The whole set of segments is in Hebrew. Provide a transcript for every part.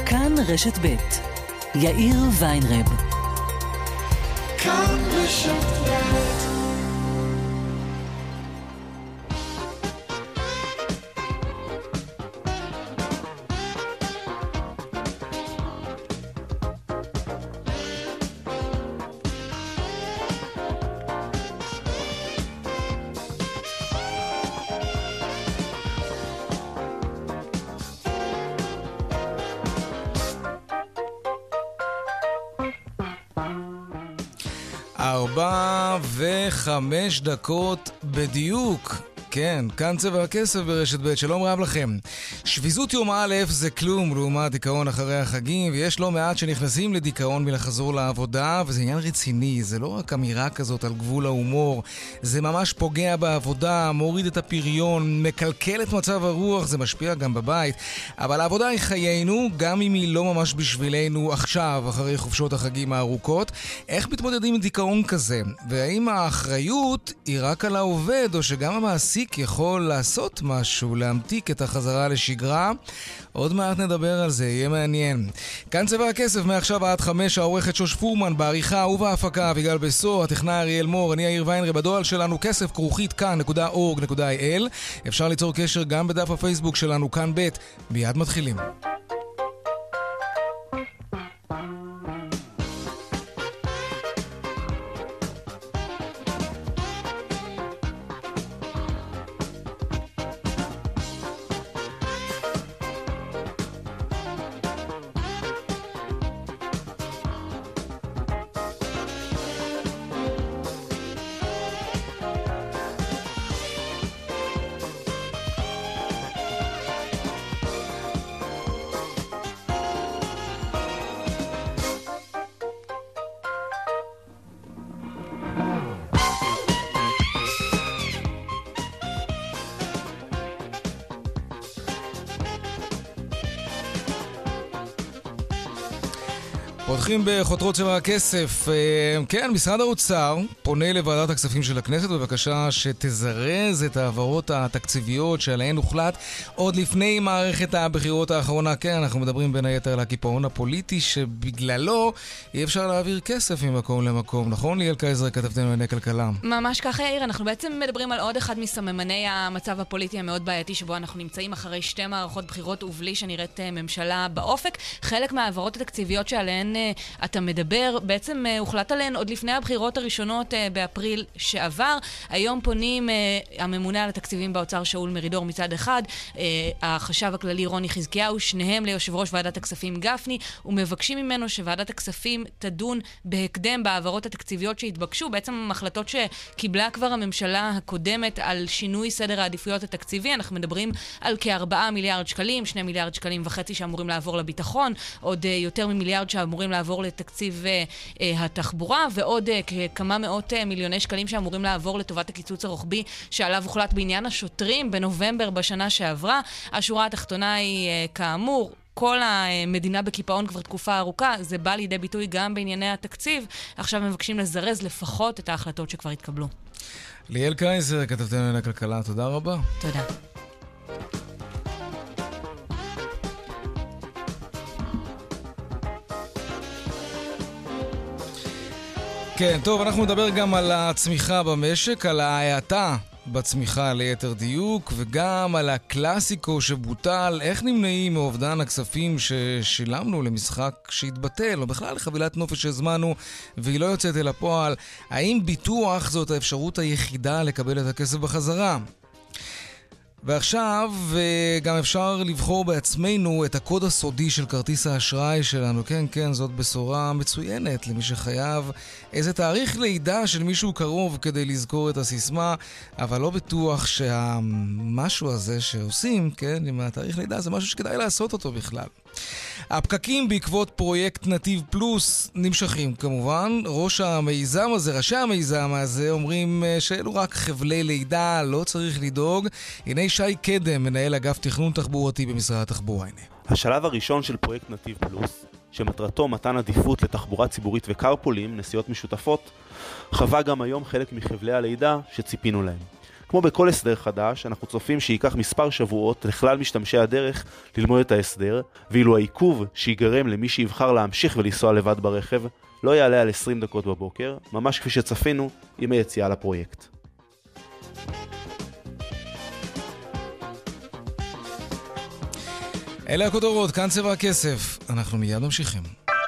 כאן רשת ב' יאיר ויינרב. כאן רשת ב'. ו5 דקות בדיוק. כן, כאן צבע הכסף ברשת ב', שלום רב לכם. שביזות יום א' זה כלום לעומת דיכאון אחרי החגים, ויש לא מעט שנכנסים לדיכאון מלחזור לעבודה, וזה עניין רציני, זה לא רק אמירה כזאת על גבול ההומור, זה ממש פוגע בעבודה, מוריד את הפריון, מקלקל את מצב הרוח, זה משפיע גם בבית, אבל העבודה היא חיינו, גם אם היא לא ממש בשבילנו עכשיו, אחרי חופשות החגים הארוכות. איך מתמודדים עם דיכאון כזה? והאם האחריות היא רק על העובד, או שגם המעסיק יכול לעשות משהו, להמתיק את החזרה לשגרה? עוד מעט נדבר על זה, יהיה מעניין. כאן צבע הכסף, מעכשיו עד 5, העורכת שוש פורמן, בעריכה ובהפקה אביגל בסו, הטכנאי אריאל מור, אני יאיר ויינרב. בדואל שלנו כסף@כאן.org.il. אפשר ליצור קשר גם בדף הפייסבוק שלנו כאן ב'. מיד מתחילים. פותחים בחותרות צבע הכסף. כן, משרד האוצר פונה לוועדת הכספים של הכנסת בבקשה שתזרז את העברות התקציביות שעליהן הוחלט עוד לפני מערכת הבחירות האחרונה. כן, אנחנו מדברים בין היתר על הקיפאון הפוליטי שבגללו אי אפשר להעביר כסף ממקום למקום. נכון, ליאל קייזר, כתבתנו לענייני כלכלה? ממש ככה, יאיר. אנחנו בעצם מדברים על עוד אחד מסממני המצב הפוליטי המאוד בעייתי שבו אנחנו נמצאים אחרי 2 מערכות בחירות ובלי שנראית ממשלה באופק. חלק מהעברות התקציביות שעליהן אתה מדבר, בעצם הוחלט עליהן עוד לפני הבחירות הראשונות באפריל שעבר. היום פונים הממונה על התקציבים באוצר שאול מרידור מצד אחד, החשב הכללי רוני חזקיהו, שניהם ליושב ראש ועדת הכספים גפני, ומבקשים ממנו שוועדת הכספים תדון בהקדם בעברות התקציביות שהתבקשו, בעצם החלטות שקיבלה כבר הממשלה הקודמת על שינוי סדר העדיפויות התקציבי. אנחנו מדברים על כ4 מיליארד שקלים, 2.5 מיליארד שקלים שאמורים לעבור לביטחון, עוד יותר ממיליארד שאמורים לעבור לתקציב התחבורה, ועוד כמה מאות מיליוני שקלים שאמורים לעבור לטובת הקיצוץ הרוחבי שעליו הוחלט בעניין השוטרים בנובמבר בשנה שעברה. השורה התחתונה היא כאמור, כל המדינה בקיפאון כבר תקופה ארוכה, זה בא לידי ביטוי גם בענייני התקציב. עכשיו מבקשים לזרז לפחות את ההחלטות שכבר התקבלו. ליאל קייזר, כתבתנו לענייני כלכלה, תודה רבה. תודה. כן, טוב, אנחנו נדבר גם על הצמיחה במשק, על ההאטה בצמיחה ליתר דיוק, וגם על הקלאסיקו שבוטל, איך נמנעים מאובדן הכספים ששילמנו למשחק שהתבטל, או בכלל לחבילת נופש שהזמנו והיא לא יוצאת אל הפועל. האם ביטוח זאת האפשרות היחידה לקבל את הכסף בחזרה? ועכשיו גם אפשר לבחור בעצמנו את הקוד הסודי של כרטיס האשראי שלנו. כן, כן, זאת בשורה מצוינת למי שחייב איזה תאריך לידה של מישהו קרוב כדי לזכור את הסיסמה, אבל לא בטוח שהמשהו הזה שעושים, כן, עם התאריך לידה, זה משהו שכדאי לעשות אותו בכלל. הפקקים בעקבות פרויקט נתיב פלוס נמשכים כמובן. ראשי המיזם הזה אומרים שאלו רק חבלי לידה, לא צריך לדאוג. הנה שי קדם, מנהל אגף תכנון תחבורתי במשרד התחבורה. הנה. השלב הראשון של פרויקט נתיב פלוס, שמטרתו מתן עדיפות לתחבורה ציבורית וקרפולים, נסיעות משותפות, חווה גם היום חלק מחבלי הלידה שציפינו להם. כמו בכל הסדר חדש, אנחנו צופים שייקח מספר שבועות לכלל משתמשי הדרך ללמוד את ההסדר, ואילו העיכוב שיגרם למי שיבחר להמשיך ולנסוע לבד ברכב לא יעלה על 20 דקות בבוקר, ממש כפי שצפינו עם היציאה לפרויקט. אלה הכותרות, כאן צבע הכסף. אנחנו מיד ממשיכים.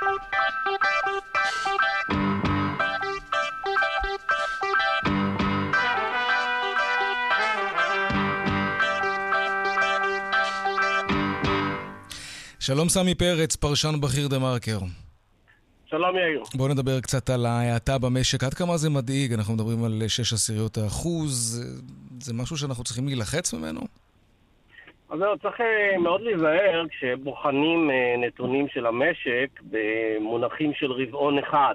שלום סמי פרץ, פרשן בכיר דה מרקר. שלום יאיר. בואו נדבר קצת על ההאטה במשק. עד כמה זה מדאיג? אנחנו מדברים על 0.6%. זה משהו שאנחנו צריכים להילחץ ממנו? אז זהו, צריך מאוד להיזהר כשבוחנים נתונים של המשק במונחים של רבעון אחד.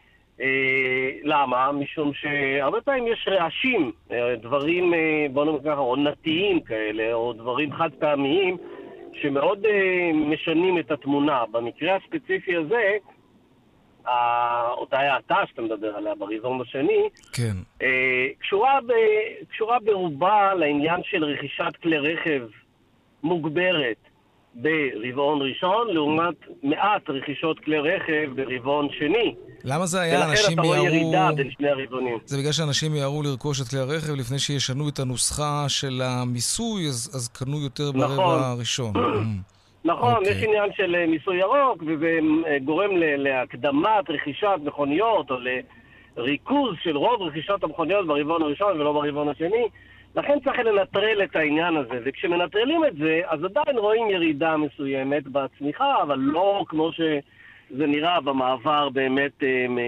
למה? משום שהרבה פעמים יש רעשים, דברים, בוא נאמר ככה, עונתיים כאלה, או דברים חד פעמיים, שמאוד משנים את התמונה. במקרה הספציפי הזה, אותה האטה שאתה מדבר עליה ברבעון השני, כן. קשורה ברובה לעניין של רכישת כלי רכב מוגברת ברבעון ראשון, לעומת מעט רכישות כלי רכב ברבעון שני. למה זה היה? ולכן אתה רואה ירידה בין שני הרבעונים. זה בגלל שאנשים יערו לרכוש את כלי הרכב לפני שישנו את הנוסחה של המיסוי, אז קנו יותר ברבע הראשון. נכון, יש עניין של מיסוי ירוק, וזה גורם להקדמת רכישת מכוניות, או לריכוז של רוב רכישת המכוניות ברבעון הראשון ולא ברבעון השני. לכן צריך לנטרל את העניין הזה, וכשמנטרלים את זה, אז עדיין רואים ירידה מסוימת בצמיחה, אבל לא כמו שזה נראה במעבר באמת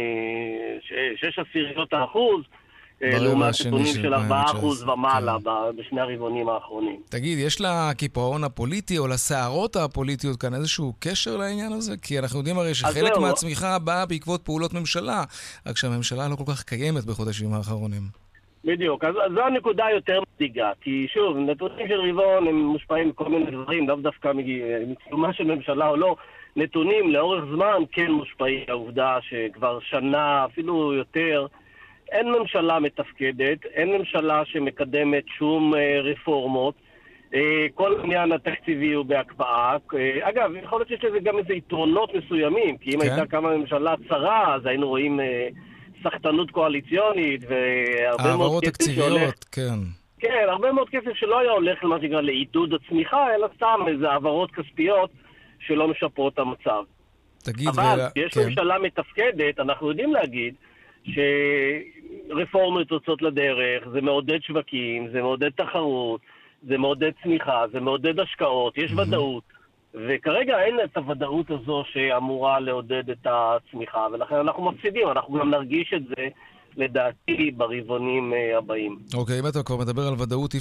מ-0.6%, לעומת נתונים של 4% ומעלה בשני הרבעונים האחרונים. תגיד, יש לקיפאון הפוליטי או לסערות הפוליטיות כאן איזשהו קשר לעניין הזה? כי אנחנו יודעים הרי שחלק מהצמיחה באה בעקבות פעולות ממשלה, רק שהממשלה לא כל כך קיימת בחודשים האחרונים. בדיוק, אז זו הנקודה יותר מדאיגה, כי שוב, נתונים של רבעון הם מושפעים מכל מיני דברים, לאו דווקא מקיומה של ממשלה או לא, נתונים לאורך זמן כן מושפעים העובדה שכבר שנה, אפילו יותר, אין ממשלה מתפקדת, אין ממשלה שמקדמת שום רפורמות, כל עניין התקציבי הוא בהקפאה. אגב, יכול להיות שיש לזה גם איזה יתרונות מסוימים, כי אם הייתה כמה ממשלה צרה, אז היינו רואים סחטנות קואליציונית והרבה מאוד כסף שהולך. כן, הרבה מאוד כסף שלא היה הולך למה שנקרא לעידוד הצמיחה, אלא סתם איזה העברות כספיות שלא משפרות את המצב. אבל יש ממשלה מתפקדת, אנחנו יודעים להגיד שרפורמות יוצאות לדרך, זה מעודד שווקים, זה מעודד תחרות, זה מעודד צמיחה, זה מעודד השקעות, יש ודאות. וכרגע אין את הוודאות הזו שאמורה לעודד את הצמיחה, ולכן אנחנו מפסידים, אנחנו גם נרגיש את זה, לדעתי, ברבעונים הבאים. אוקיי, אם אתה כבר מדבר על ודאות, אי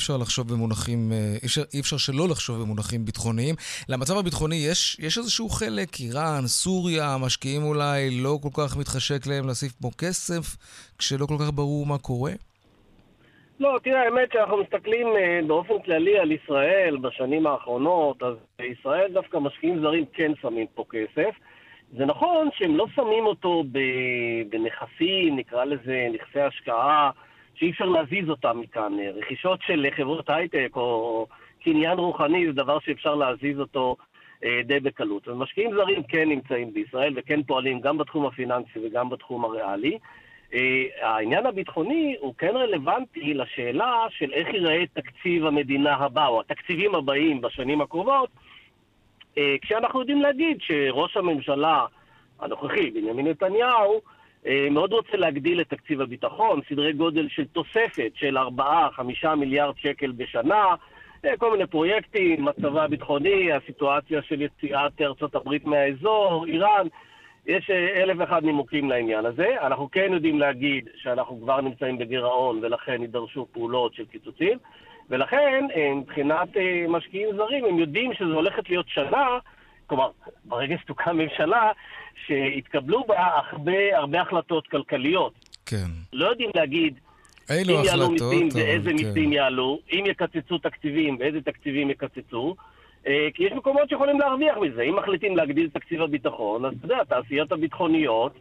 אפשר שלא לחשוב במונחים ביטחוניים. למצב הביטחוני יש איזשהו חלק, איראן, סוריה, משקיעים אולי לא כל כך מתחשק להם להוסיף פה כסף, כשלא כל כך ברור מה קורה? לא, תראה, האמת שאנחנו מסתכלים באופן כללי על ישראל בשנים האחרונות, אז בישראל דווקא משקיעים זרים כן שמים פה כסף. זה נכון שהם לא שמים אותו בנכסים, נקרא לזה נכסי השקעה, שאי אפשר להזיז אותם מכאן. רכישות של חברות הייטק או קניין רוחני זה דבר שאפשר להזיז אותו די בקלות. ומשקיעים זרים כן נמצאים בישראל וכן פועלים גם בתחום הפיננסי וגם בתחום הריאלי. העניין הביטחוני הוא כן רלוונטי לשאלה של איך ייראה תקציב המדינה הבא, או התקציבים הבאים בשנים הקרובות, כשאנחנו יודעים להגיד שראש הממשלה הנוכחי, בנימין נתניהו, מאוד רוצה להגדיל את תקציב הביטחון, סדרי גודל של תוספת של 4-5 מיליארד שקל בשנה, כל מיני פרויקטים, מצבה הביטחוני, הסיטואציה של יציאת ארצות הברית מהאזור, איראן, יש 1,001 נימוקים לעניין הזה. אנחנו כן יודעים להגיד שאנחנו כבר נמצאים בגירעון ולכן יידרשו פעולות של קיצוצים, ולכן מבחינת משקיעים זרים הם יודעים שזה הולכת להיות שנה, כלומר ברגע שתוקם ממשלה שהתקבלו בה הרבה החלטות כלכליות. כן. לא יודעים להגיד אם יעלו מיסים ואיזה מיסים יעלו, אם יקצצו תקציבים ואיזה תקציבים יקצצו, כי יש מקומות שיכולים להרוויח מזה. אם מחליטים להגדיל תקציב הביטחון, אז אתה יודע, התעשיות הביטחוניות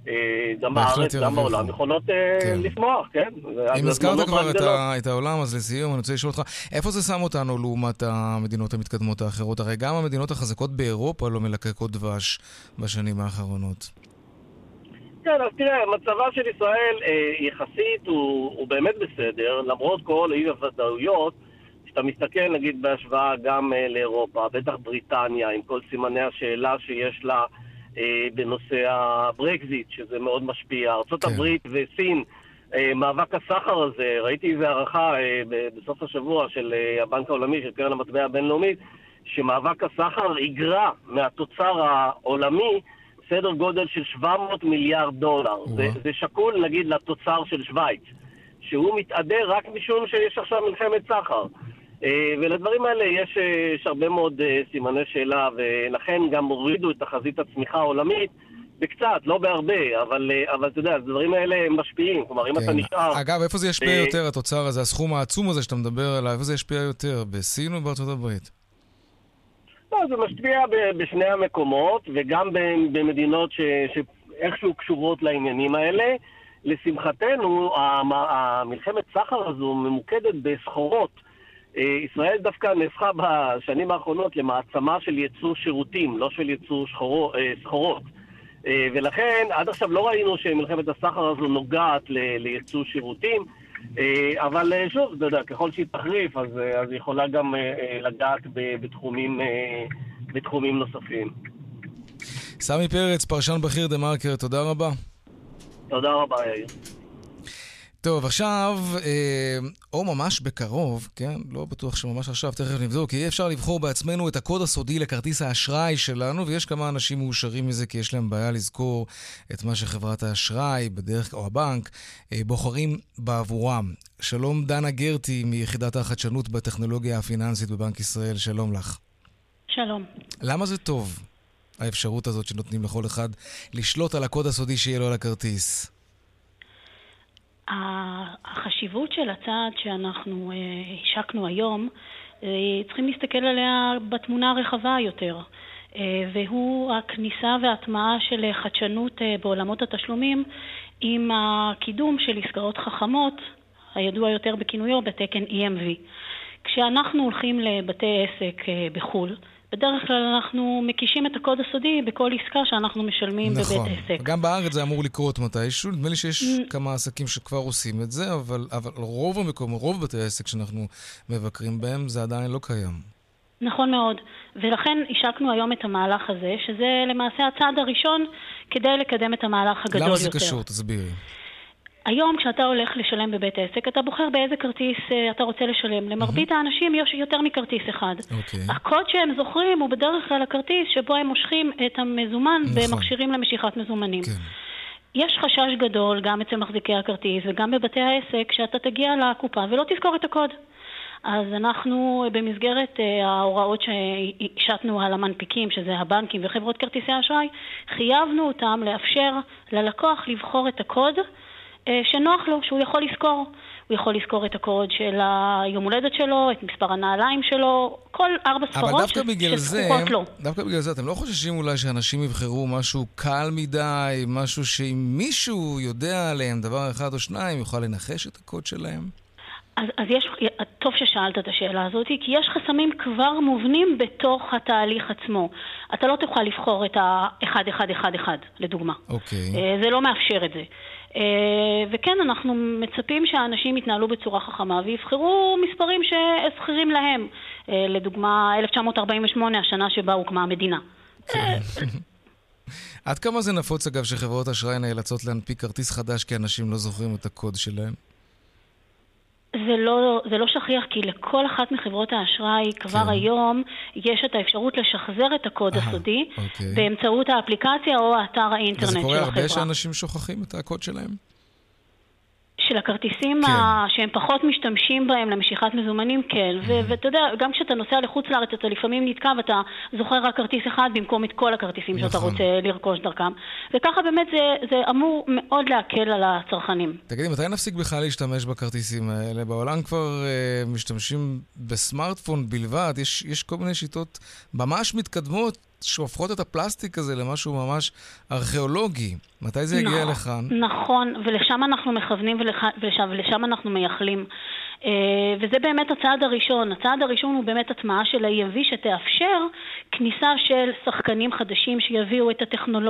גם בארץ, גם בעולם, יכולות לשמוח, כן? אם הזכרת כבר את העולם, אז לסיום, אני רוצה לשאול אותך, איפה זה שם אותנו לעומת המדינות המתקדמות האחרות? הרי גם המדינות החזקות באירופה לא מלקקות דבש בשנים האחרונות. כן, אז תראה, מצבה של ישראל יחסית הוא באמת בסדר, למרות כל האי-ודאויות, כשאתה מסתכל נגיד בהשוואה גם לאירופה, בטח בריטניה, עם כל סימני השאלה שיש לה בנושא הברקזיט, שזה מאוד משפיע. ארצות הברית וסין, מאבק הסחר הזה, ראיתי איזו הערכה בסוף השבוע של הבנק העולמי, של קרן המטבע הבינלאומית, שמאבק הסחר יגרע מהתוצר העולמי סדר גודל של 700 מיליארד דולר. זה שקול, נגיד, לתוצר של שוויץ, שהוא מתעדר רק משום שיש עכשיו מלחמת סחר. ולדברים האלה יש הרבה מאוד סימני שאלה, ולכן גם הורידו את תחזית הצמיחה העולמית בקצת, לא בהרבה, אבל אתה יודע, הדברים האלה משפיעים. כלומר, אם אתה נשאר... אגב, איפה זה ישפיע יותר, התוצר הזה, הסכום העצום הזה שאתה מדבר עליו, איפה זה ישפיע יותר, בסין או בארצות הברית? לא, זה משפיע בשני המקומות, וגם במדינות שאיכשהו קשורות לעניינים האלה. לשמחתנו, המלחמת סחר הזו ממוקדת בסחורות. ישראל דווקא נהפכה בשנים האחרונות למעצמה של ייצור שירותים, לא של ייצור סחורות. ולכן, עד עכשיו לא ראינו שמלחמת הסחר הזו נוגעת לייצור שירותים, אבל שוב, אתה יודע, ככל שהיא תחריף, אז היא יכולה גם לגעת בתחומים נוספים. סמי פרץ, פרשן בכיר דה מרקר, תודה רבה. תודה רבה, יאיר. טוב, עכשיו, או ממש בקרוב, כן? לא בטוח שממש עכשיו, תכף נבדוק, כי יהיה אפשר לבחור בעצמנו את הקוד הסודי לכרטיס האשראי שלנו, ויש כמה אנשים מאושרים מזה, כי יש להם בעיה לזכור את מה שחברת האשראי, בדרך או הבנק, בוחרים בעבורם. שלום דנה גרטי מיחידת החדשנות בטכנולוגיה הפיננסית בבנק ישראל, שלום לך. שלום. למה זה טוב, האפשרות הזאת שנותנים לכל אחד לשלוט על הקוד הסודי שיהיה לו על הכרטיס? החשיבות של הצעד שאנחנו השקנו היום, צריכים להסתכל עליה בתמונה הרחבה יותר, והוא הכניסה וההטמעה של חדשנות בעולמות התשלומים עם הקידום של עסקאות חכמות, הידוע יותר בכינויו בתקן EMV. כשאנחנו הולכים לבתי עסק בחול, בדרך כלל אנחנו מקישים את הקוד הסודי בכל עסקה שאנחנו משלמים נכון. בבית עסק. גם בארץ זה אמור לקרות מתישהו. נדמה לי שיש כמה עסקים שכבר עושים את זה, אבל רוב המקום, רוב בתי העסק שאנחנו מבקרים בהם, זה עדיין לא קיים. נכון מאוד. ולכן השקנו היום את המהלך הזה, שזה למעשה הצעד הראשון כדי לקדם את המהלך הגדול יותר. למה זה קשור? תסבירי. היום כשאתה הולך לשלם בבית עסק, אתה בוחר באיזה כרטיס אתה רוצה לשלם. למרבית האנשים יש יותר מכרטיס אחד. הקוד שהם זוכרים הוא בדרך כלל הכרטיס שבו הם מושכים את המזומן במכשירים למשיכת מזומנים. יש חשש גדול גם אצל מחזיקי הכרטיס וגם בבתי העסק שאתה תגיע לקופה ולא תזכור את הקוד. אז אנחנו במסגרת ההוראות שהשתנו על המנפיקים, שזה הבנקים וחברות כרטיסי האשראי, חייבנו אותם לאפשר ללקוח לבחור את הקוד שנוח לו, שהוא יכול לזכור. הוא יכול לזכור את הקוד של היום הולדת שלו, את מספר הנעליים שלו, כל 4 ספרות שזכורות לו. דווקא בגלל זה, אתם לא חוששים אולי שאנשים יבחרו משהו קל מדי, משהו שאם מישהו יודע עליהם דבר אחד או שניים, יוכל לנחש את הקוד שלהם? אז יש, טוב ששאלת את השאלה הזאת, כי יש חסמים כבר מובנים בתוך התהליך עצמו. אתה לא תוכל לבחור את ה-1-1-1-1, לדוגמה. זה לא מאפשר את זה. וכן, אנחנו מצפים שהאנשים יתנהלו בצורה חכמה ויבחרו מספרים שזכירים להם. לדוגמה, 1948, השנה שבה הוקמה המדינה. עד כמה זה נפוץ, אגב, שחברות אשראי נאלצות להנפיק כרטיס חדש כי אנשים לא זוכרים את הקוד שלהם? זה לא שכיח, כי לכל אחת מחברות האשראי כבר היום יש את האפשרות לשחזר את הקוד הסודי באמצעות האפליקציה או האתר האינטרנט של החברה. וזה קורה הרבה שאנשים שוכחים את הקוד שלהם? של הכרטיסים שהם פחות משתמשים בהם למשיכת מזומנים, כן. ואתה יודע, גם כשאתה נוסע לחוץ לארץ, אתה לפעמים נתקע ואתה זוכר רק כרטיס אחד במקום את כל הכרטיסים שאתה רוצה לרכוש דרכם. וככה באמת זה אמור מאוד להקל על הצרכנים. תגידי, מתי נפסיק בכלל להשתמש בכרטיסים האלה? בעולם כבר משתמשים בסמארטפון בלבד. יש כל מיני שיטות ממש מתקדמות שהופכות את הפלסטיק הזה למשהו ממש ארכיאולוגי. מתי זה יגיע לכאן? נכון, ולשם אנחנו מכוונים ולשם אנחנו מייחלים. וזה באמת הצעד הראשון. הצעד הראשון הוא באמת הטמעה של ה-EMV שתאפשר כניסה של שחקנים חדשים שיביאו את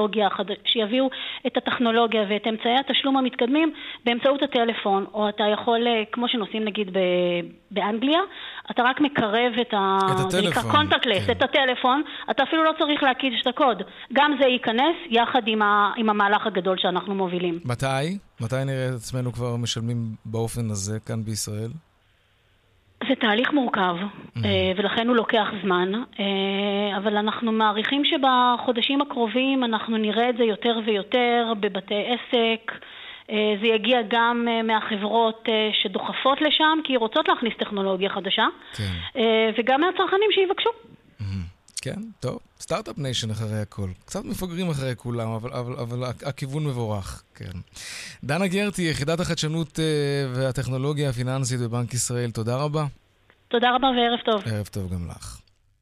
הטכנולוגיה ואת אמצעי התשלום המתקדמים באמצעות הטלפון, או אתה יכול, כמו שנוסעים נגיד באנגליה, אתה רק מקרב את הטלפון, קונטקטלס, את הטלפון, אתה אפילו לא צריך להקיש את הקוד. גם זה ייכנס יחד עם המהלך הגדול שאנחנו מובילים. מתי נראה את עצמנו כבר משלמים באופן הזה כאן בישראל? זה תהליך מורכב, ולכן הוא לוקח זמן, אבל אנחנו מעריכים שבחודשים הקרובים אנחנו נראה את זה יותר ויותר בבתי עסק. זה יגיע גם מהחברות שדוחפות לשם, כי רוצות להכניס טכנולוגיה חדשה, כן. וגם מהצרכנים שיבקשו. כן, טוב. סטארט-אפ ניישן אחרי הכל. קצת מפגרים אחרי כולם, אבל הכיוון מבורך, כן. דנה גרטי, יחידת החדשנות והטכנולוגיה הפיננסית בבנק ישראל, תודה רבה. תודה רבה וערב טוב. ערב טוב גם לך.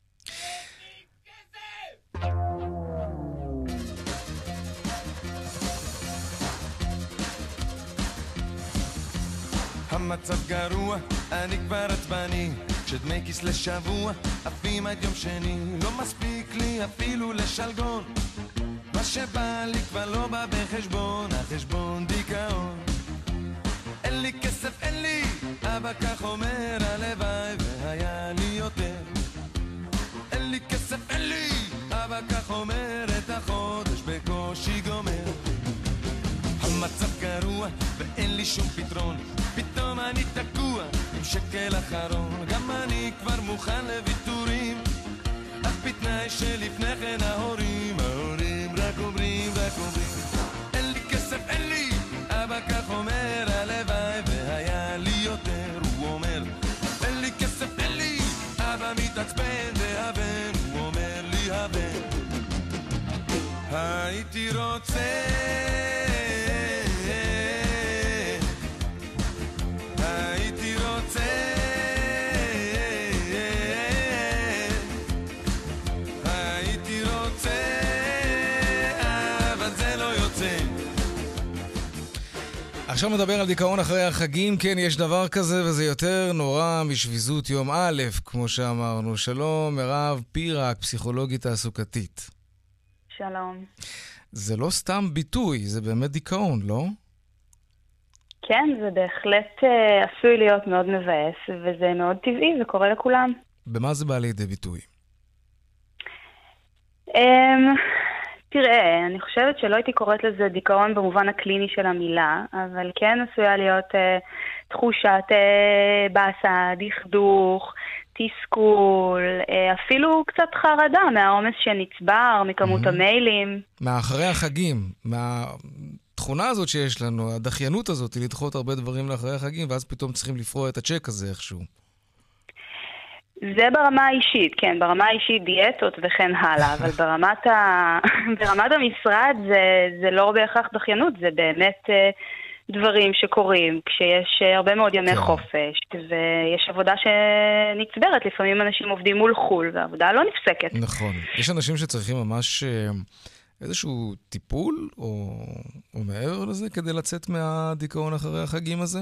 המצב גרוע, אני כבר עצבני, כשדמי כיס לשבוע, עפים עד יום שני, לא מספיק לי אפילו לשלגון, מה שבא לי כבר לא בא בחשבון, החשבון דיכאון. אין לי כסף, אין לי, אבא כך אומר, הלוואי והיה לי יותר. אין לי כסף, אין לי, אבא כך אומר, את החודש בקושי גומר. המצב גרוע ואין לי שום פתרון, פתאום אני תקוע עם שקל אחרון, גם אני כבר מוכן לוויתורים, אך בתנאי שלפני כן ההורים רק אומרים, אין לי כסף, אין לי, אבא כך אומר, הלוואי והיה לי יותר. הוא אומר אין לי כסף, אין לי, אבא מתעצבן והבן, הוא אומר לי הבן, הייתי רוצה, עכשיו מדבר על דיכאון אחרי החגים. כן, יש דבר כזה, וזה יותר נורא משביזות יום א', כמו שאמרנו. שלום, מירב פירק, פסיכולוגית תעסוקתית. שלום. זה לא סתם ביטוי, זה באמת דיכאון, לא? כן, זה בהחלט עשוי להיות מאוד מבאס, וזה מאוד טבעי וקורה לכולם. במה זה בא לידי ביטוי? תראה, אני חושבת שלא הייתי קוראת לזה דיכאון במובן הקליני של המילה, אבל כן עשויה להיות תחושת באסה, דכדוך, תסכול, אפילו קצת חרדה מהעומס שנצבר, מכמות המיילים. מאחרי החגים, מהתכונה הזאת שיש לנו, הדחיינות הזאת, היא לדחות הרבה דברים לאחרי החגים, ואז פתאום צריכים לפרוע את הצ'ק הזה איכשהו. זה ברמה האישית, כן, ברמה האישית דיאטות וכן הלאה, אבל ברמת המשרד זה לא בהכרח דחיינות, זה באמת דברים שקורים כשיש הרבה מאוד ימי חופש, ויש עבודה שנצברת, לפעמים אנשים עובדים מול חול, והעבודה לא נפסקת. נכון, יש אנשים שצריכים ממש איזשהו טיפול, או מעבר לזה, כדי לצאת מהדיכאון אחרי החגים הזה?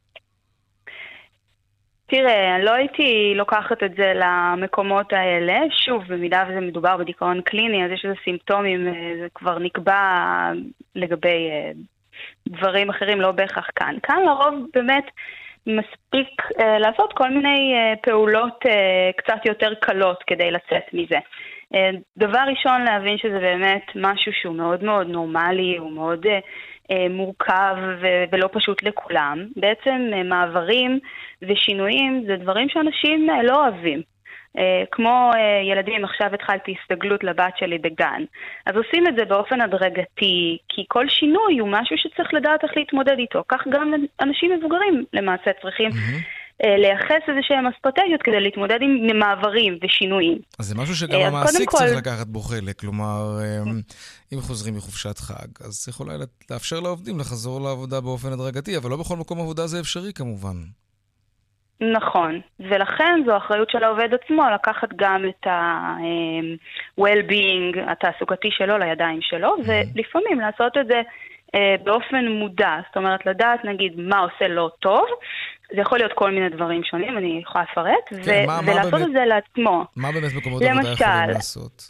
תראה, לא הייתי לוקחת את זה למקומות האלה. שוב, במידה וזה מדובר בדיכאון קליני, אז יש איזה סימפטומים, זה כבר נקבע לגבי דברים אחרים, לא בהכרח כאן. כאן לרוב באמת מספיק לעשות כל מיני פעולות קצת יותר קלות כדי לצאת מזה. דבר ראשון, להבין שזה באמת משהו שהוא מאוד מאוד נורמלי, הוא מאוד מורכב ולא פשוט לכולם. בעצם מעברים ושינויים זה דברים שאנשים לא אוהבים. כמו ילדים, עכשיו התחלתי הסתגלות לבת שלי בגן. אז עושים את זה באופן הדרגתי, כי כל שינוי הוא משהו שצריך לדעת איך להתמודד איתו. כך גם אנשים מבוגרים למעשה צריכים לייחס איזה שהם אסטרטגיות כדי להתמודד עם מעברים ושינויים. אז זה משהו שגם המעסיק צריך לקחת בו חלק, כלומר, אם חוזרים מחופשת חג, אז יכול לאפשר לעובדים לחזור לעבודה באופן הדרגתי, אבל לא בכל מקום עבודה זה אפשרי כמובן. נכון, ולכן זו אחריות של העובד עצמו לקחת גם את ה-well-being התעסוקתי שלו לידיים שלו, ולפעמים לעשות את זה באופן מודע, זאת אומרת לדעת נגיד מה עושה לא טוב, זה יכול להיות כל מיני דברים שונים, אני יכולה לפרט, ולעשות את זה לעצמו. מה באמת מקומות עבודה יכולים לעשות?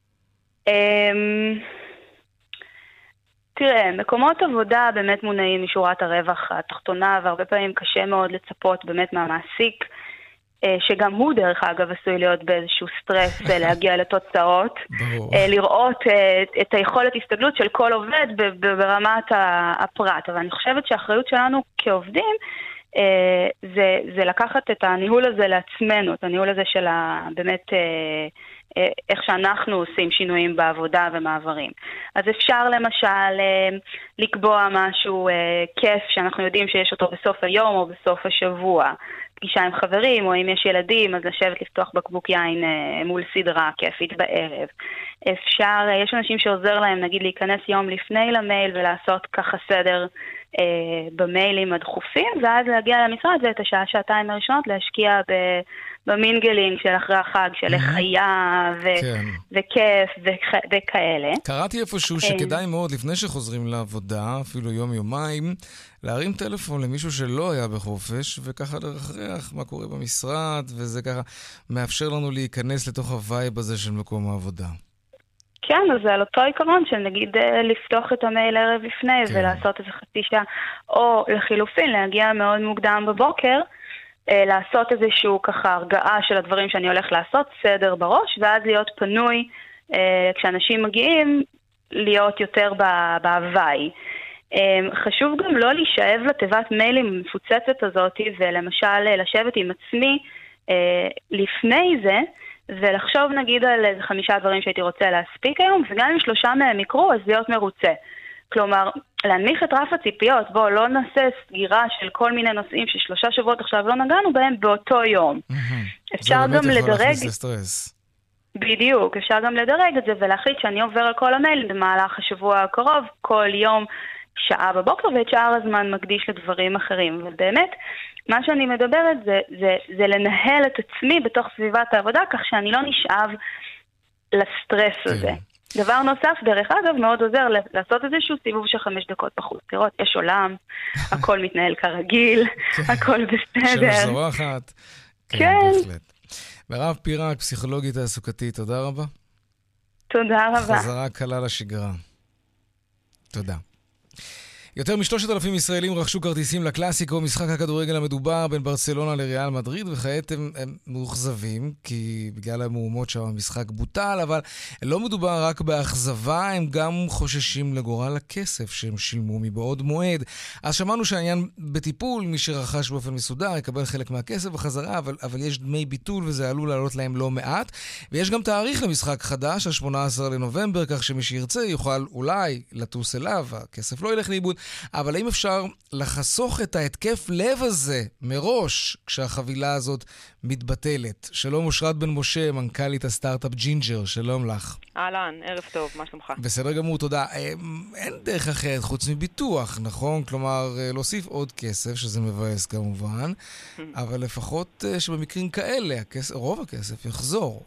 תראה, מקומות עבודה באמת מונעים משורת הרווח התחתונה, והרבה פעמים קשה מאוד לצפות באמת מהמעסיק, שגם הוא דרך אגב עשוי להיות באיזשהו סטרס ולהגיע לתוצאות, לראות את היכולת הסתגלות של כל עובד ברמת הפרט. אבל אני חושבת שהאחריות שלנו כעובדים, זה לקחת את הניהול הזה לעצמנו, את הניהול הזה של באמת איך שאנחנו עושים שינויים בעבודה ומעברים. אז אפשר למשל לקבוע משהו כיף שאנחנו יודעים שיש אותו בסוף היום או בסוף השבוע, פגישה עם חברים, או אם יש ילדים, אז לשבת לפתוח בקבוק יין מול סדרה כיפית בערב. אפשר, יש אנשים שעוזר להם, נגיד, להיכנס יום לפני למייל ולעשות ככה סדר במיילים הדחופים, ואז להגיע למשרד ואת השעה-שעתיים הראשונות להשקיע במינגלינג של אחרי החג, של חיה וכיף וכאלה. קראתי איפשהו שכדאי מאוד, לפני שחוזרים לעבודה, אפילו יום-יומיים, להרים טלפון למישהו שלא היה בחופש, וככה לרחרח מה קורה במשרד, וזה ככה מאפשר לנו להיכנס לתוך הווייב הזה של מקום העבודה. כן, אז זה על אותו עיקרון של נגיד לפתוח את המייל ערב לפני ולעשות איזה חצי שעה, או לחילופין להגיע מאוד מוקדם בבוקר, לעשות איזשהו ככה הרגעה של הדברים שאני הולך לעשות, סדר בראש, ואז להיות פנוי כשאנשים מגיעים, להיות יותר בהוואי. חשוב גם לא להישאב לתיבת מיילים המפוצצת הזאת, ולמשל לשבת עם עצמי לפני זה, ולחשוב נגיד על איזה 5 דברים שהייתי רוצה להספיק היום, וגם אם 3 מהם יקרו, אז להיות מרוצה. כלומר, להנמיך את רף הציפיות, בוא לא נעשה סגירה של כל מיני נושאים ש3 שבועות עכשיו לא נגענו בהם באותו יום. אפשר גם לדרג... בדיוק, אפשר גם לדרג את זה ולהחליט שאני עובר על כל המייל במהלך השבוע הקרוב, כל יום שעה בבוקר, ואת שאר הזמן מקדיש לדברים אחרים. ובאמת, מה שאני מדברת זה לנהל את עצמי בתוך סביבת העבודה, כך שאני לא נשאב לסטרס הזה. דבר נוסף, דרך אגב, מאוד עוזר לעשות איזשהו סיבוב של 5 דקות בחוץ. תראו, יש עולם, הכל מתנהל כרגיל, הכל בסדר. שמש זורחת. כן. בהחלט. מירב פירק, פסיכולוגית תעסוקתית, תודה רבה. תודה רבה. חזרה קלה לשגרה. תודה. יותר מ3,000 ישראלים רכשו כרטיסים לקלאסיקו, משחק הכדורגל המדובר בין ברצלונה לריאל מדריד, וכעת הם מאוכזבים, כי בגלל המהומות שם המשחק בוטל, אבל לא מדובר רק באכזבה, הם גם חוששים לגורל הכסף שהם שילמו מבעוד מועד. אז שמענו שהעניין בטיפול, מי שרכש באופן מסודר יקבל חלק מהכסף בחזרה, אבל יש דמי ביטול וזה עלול לעלות להם לא מעט, ויש גם תאריך למשחק חדש, 18 לנובמבר, כך שמי שירצה יוכל אולי לטוס אליו, הכסף לא ילך לאיבוד, אבל האם אפשר לחסוך את ההתקף לב הזה מראש כשהחבילה הזאת מתבטלת? שלום אושרת בן משה, מנכ"לית הסטארט-אפ ג'ינג'ר, שלום לך. אהלן, ערב טוב, מה שלומך? בסדר גמור, תודה. אין דרך אחרת חוץ מביטוח, נכון? כלומר, להוסיף עוד כסף, שזה מבאס כמובן, אבל לפחות שבמקרים כאלה, רוב הכסף יחזור.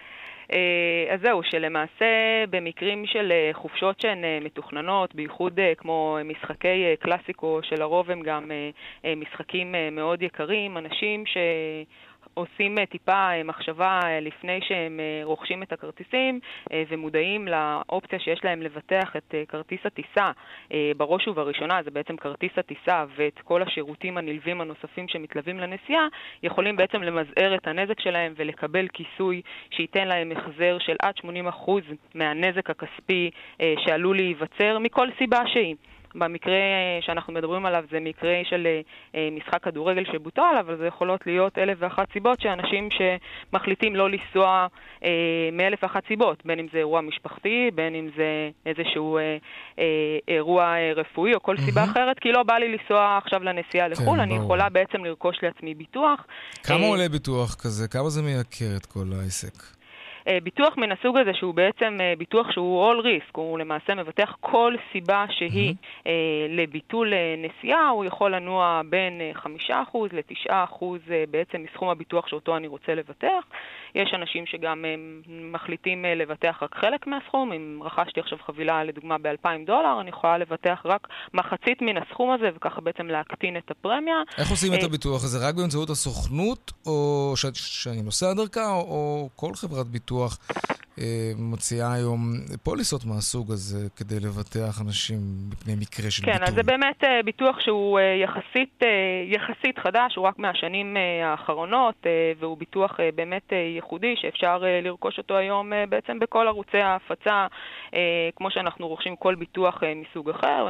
אז זהו, שלמעשה במקרים של חופשות שהן מתוכננות, בייחוד כמו משחקי קלאסיקו, שלרוב הם גם משחקים מאוד יקרים, אנשים עושים טיפה מחשבה לפני שהם רוכשים את הכרטיסים ומודעים לאופציה שיש להם לבטח את כרטיס הטיסה בראש ובראשונה, זה בעצם כרטיס הטיסה ואת כל השירותים הנלווים הנוספים שמתלווים לנסיעה, יכולים בעצם למזער את הנזק שלהם ולקבל כיסוי שייתן להם החזר של עד 80% מהנזק הכספי שעלול להיווצר מכל סיבה שהיא. במקרה שאנחנו מדברים עליו זה מקרה של משחק כדורגל שבוטל, אבל זה יכולות להיות 1,001 סיבות שאנשים שמחליטים לא לנסוע מ1,001 סיבות, בין אם זה אירוע משפחתי, בין אם זה איזשהו אירוע רפואי או כל סיבה אחרת, כי לא בא לי לנסוע עכשיו לנסיעה לחול, אני יכולה בעצם לרכוש לעצמי ביטוח. כמה עולה ביטוח כזה? כמה זה מייקר את כל העסק? ביטוח מן הסוג הזה שהוא בעצם ביטוח שהוא all risk, הוא למעשה מבטח כל סיבה שהיא לביטול נסיעה, הוא יכול לנוע בין 5% ל9% בעצם מסכום הביטוח שאותו אני רוצה לבטח. יש אנשים שגם מחליטים לבטח רק חלק מהסכום. אם רכשתי עכשיו חבילה לדוגמה $2,000, אני יכולה לבטח רק מחצית מן הסכום הזה, וככה בעצם להקטין את הפרמיה. איך עושים את הביטוח הזה? רק באמצעות הסוכנות, או שאני נוסע דרכה, או כל חברת ביטוח מוציאה היום פוליסות מהסוג הזה כדי לבטח אנשים בפני מקרה של ביטול? כן, אז זה באמת ביטוח שהוא יחסית חדש, הוא רק מהשנים האחרונות, והוא ביטוח באמת ייחודי שאפשר לרכוש אותו היום בעצם בכל ערוצי ההפצה, כמו שאנחנו רוכשים כל ביטוח מסוג אחר,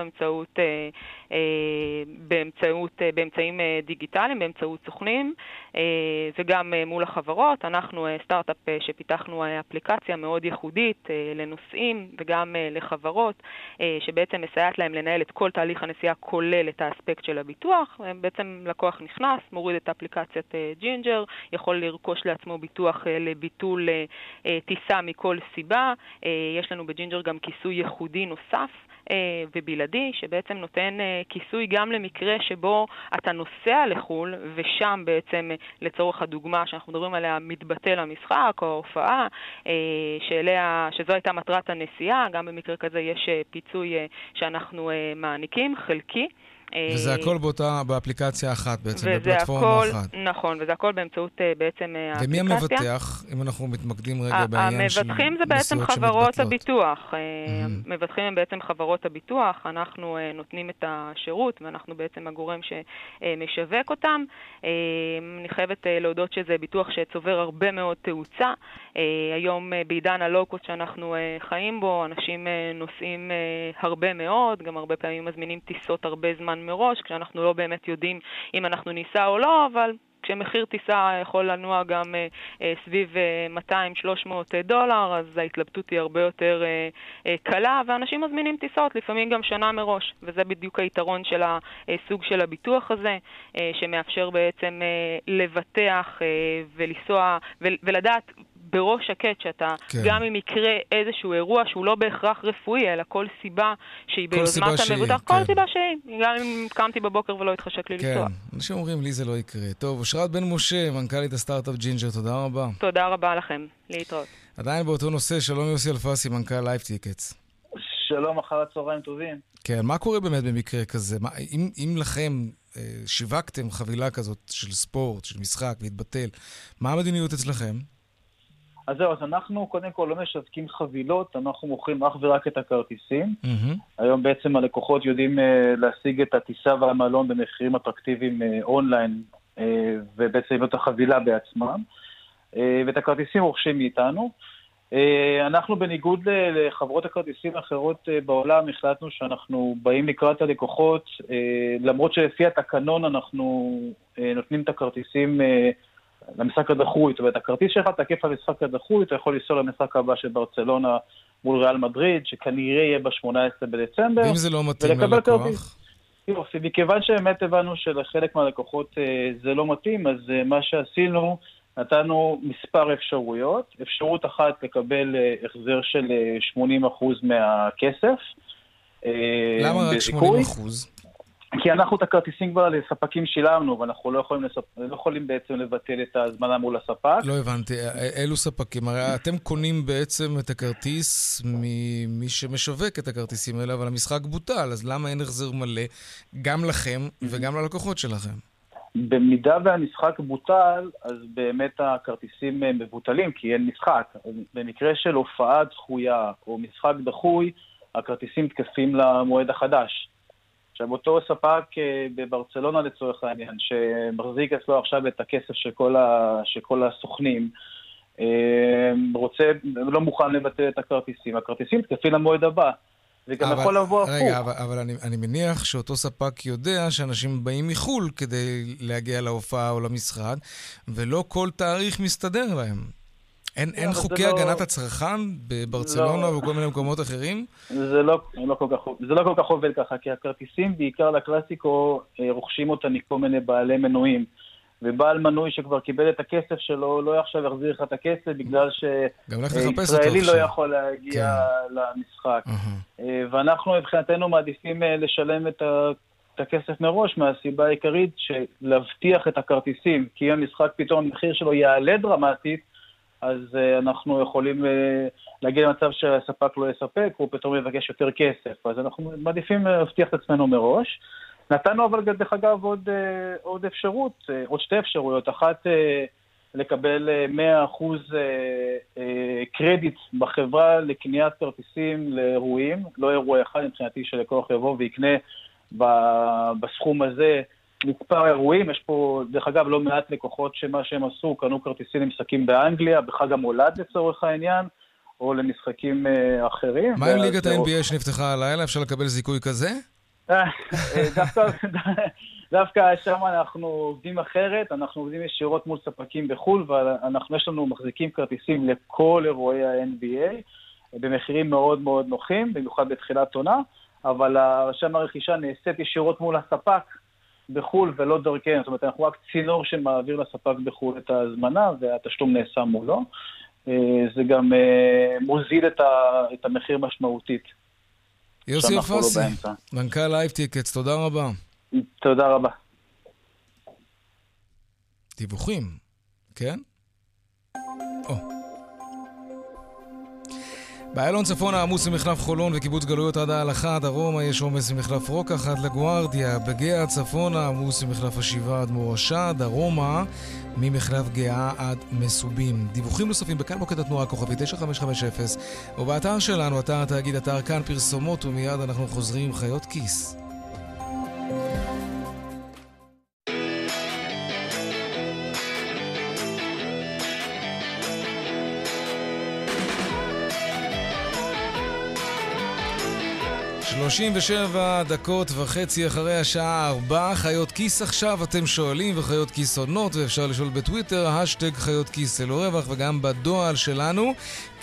באמצעים דיגיטליים, באמצעות סוכנים, וגם מול החברות. אנחנו סטארט-אפ שפיתחנו אפליקציה מאוד ייחודית לנוסעים וגם לחברות, שבעצם מסייעת להם לנהל את כל תהליך הנסיעה, כולל את האספקט של הביטוח. בעצם לקוח נכנס, מוריד את אפליקציית ג'ינג'ר, יכול לרכוש לעצמו ביטוח לביטול טיסה מכל סיבה. יש לנו בג'ינג'ר גם כיסוי ייחודי נוסף ובלעדי, שבעצם נותן כיסוי גם למקרה שבו אתה נוסע לחול, ושם בעצם לצורך הדוגמה שאנחנו מדברים עליה מתבטל המשחק או ההופעה, שזו הייתה מטרת הנסיעה. גם במקרה כזה יש פיצוי שאנחנו מעניקים, חלקי. וזה הכל באפליקציה אחת בעצם, בפלטפורמה אחת. נכון, וזה הכל באמצעות בעצם האפליקציה. ומי המבטח, אם אנחנו מתמקדים רגע בעניין של המבטחים זה בעצם חברות הביטוח. המבטחים הם בעצם חברות הביטוח, אנחנו נותנים את השירות, ואנחנו בעצם הגורם שמשווק אותם. אני חייבת להודות שזה ביטוח שצובר הרבה מאוד תאוצה. היום בעידן הלוקוט שאנחנו חיים בו, אנשים נוסעים הרבה מאוד, גם הרבה פעמים מזמינים טיסות הרבה זמן מראש, כשאנחנו לא באמת יודעים אם אנחנו ניסע או לא, אבל כשמחיר טיסה יכול לנוע גם סביב $200-300, אז ההתלבטות היא הרבה יותר קלה, ואנשים מזמינים טיסות, לפעמים גם שנה מראש, וזה בדיוק היתרון של הסוג של הביטוח הזה, שמאפשר בעצם לבטח ולנסוע ולדעת בראש שקט שאתה, גם אם יקרה איזשהו אירוע שהוא לא בהכרח רפואי, אלא כל סיבה שהיא ביוזמת המבוטח, כל סיבה שהיא, גם אם קמתי בבוקר ולא התחשק לי לנסוע. כן, אנשים אומרים לי זה לא יקרה. טוב, אושרת בן משה, מנכ"לית הסטארט-אפ ג'ינג'ר, תודה רבה. תודה רבה לכם, להתראות. עדיין באותו נושא, שלום יוסי אלפסי, מנכ"ל לייב טיקטס. שלום, אחר הצהריים טובים. כן, מה קורה באמת במקרה כזה? אם לכם שיווקתם חבילה כזאת של ספורט, של משחק, להתבטל, מה המדיניות אצלכם? אז זהו, אז אנחנו קודם כל לא משווקים חבילות, אנחנו מוכרים אך ורק את הכרטיסים. היום בעצם הלקוחות יודעים להשיג את הטיסה והמלון במחירים אטרקטיביים אונליין, ובעצם את החבילה בעצמם, ואת הכרטיסים רוכשים מאיתנו. אנחנו בניגוד לחברות הכרטיסים האחרות בעולם, החלטנו שאנחנו באים לקראת הלקוחות, למרות שלפי התקנון אנחנו נותנים את הכרטיסים למשחק הדחוי. זאת אומרת, הכרטיס שלך תקף למשחק הדחוי, אתה יכול לנסוע למשחק הבא של ברצלונה מול ריאל מדריד, שכנראה יהיה ב-18 בדצמבר. ואם זה לא מתאים ללקוח? יופי, מכיוון שבאמת הבנו שלחלק מהלקוחות זה לא מתאים, אז מה שעשינו, נתנו מספר אפשרויות. אפשרות אחת לקבל החזר של 80% מהכסף. למה רק 80%? כי אנחנו את הכרטיסים כבר לספקים שילמנו, ואנחנו לא יכולים בעצם לבטל את הזמנה מול הספק. לא הבנתי, אילו ספקים? הרי אתם קונים בעצם את הכרטיס ממי שמשווק את הכרטיסים האלה, אבל המשחק בוטל, אז למה אין החזר מלא גם לכם וגם ללקוחות שלכם? במידה והמשחק בוטל, אז באמת הכרטיסים מבוטלים, כי אין משחק. במקרה של הופעה דחויה או משחק דחוי, הכרטיסים תקפים למועד החדש. עכשיו, אותו ספק בברצלונה לצורך העניין, שמחזיק אצלו עכשיו את הכסף של כל הסוכנים, לא מוכן לבטל את הכרטיסים. הכרטיסים תקפים למועד הבא. זה גם יכול לבוא הפוך. רגע, אבל אני מניח שאותו ספק יודע שאנשים באים מחול כדי להגיע להופעה או למשחק, ולא כל תאריך מסתדר להם. אין חוקי הגנת הצרכן בברצלונה וכל מיני מקומות אחרים? זה לא כל כך עובד ככה, כי הכרטיסים בעיקר לקלאסיקו רוכשים אותם מכל מיני בעלי מנויים. ובעל מנוי שכבר קיבל את הכסף שלו, לא עכשיו יחזיר לך את הכסף, בגלל שישראלי לא יכול להגיע למשחק. ואנחנו מבחינתנו מעדיפים לשלם את הכסף מראש, מהסיבה העיקרית להבטיח את הכרטיסים, כי אם המשחק פתאום המחיר שלו יעלה דרמטית, אז אנחנו יכולים להגיע למצב שהספק לא יספק, הוא פתאום יבקש יותר כסף, אז אנחנו מעדיפים להבטיח את עצמנו מראש. נתנו אבל דרך אגב עוד אפשרות, עוד שתי אפשרויות, אחת לקבל 100% קרדיט בחברה לקניית כרטיסים לאירועים, לא אירוע אחד מבחינתי שלקוח יבוא ויקנה בסכום הזה מספר אירועים. יש פה דרך אגב לא מעט לקוחות שמה שהם עשו, קנו כרטיסים למשחקים באנגליה, בחג המולד לצורך העניין, או למשחקים אחרים. מה עם ליגת ה-NBA שנפתחה הלילה? אפשר לקבל זיכוי כזה? דווקא שם אנחנו עובדים אחרת, אנחנו עובדים ישירות מול ספקים בחול, ויש לנו מחזיקים כרטיסים לכל אירועי ה-NBA, במחירים מאוד מאוד נוחים, במיוחד בתחילת עונה, אבל שם הרכישה נעשית ישירות מול הספק בחול ולא דרכנו, זאת אומרת אנחנו רק צינור שמעביר לספק בחול את ההזמנה, והתשלום נעשה מולו, זה גם מוזיל את המחיר משמעותית. יוסי אפסי, מנכ"ל לייב טיקטס, תודה רבה. תודה רבה. דיווחים, כן? באיילון צפון העמוס ממחלף חולון וקיבוץ גלויות עד ההלכה, דרומה יש עומס ממחלף רוקח עד לגוארדיה, בגאה צפון העמוס ממחלף השבעה עד מורשה, דרומה ממחלף גאה עד מסובים. דיווחים נוספים בכאן מוקד התנועה כוכבי 9550 ובאתר שלנו, אתר התאגיד, אתר כאן פרסומות, ומיד אנחנו חוזרים עם חיות כיס. דקות וחצי אחרי השעה 4, חיות כיס עכשיו, אתם שואלים, וחיות כיס עונות, ואפשר לשאול בטוויטר, השטג חיות כיס ללא רווח, וגם בדואל שלנו,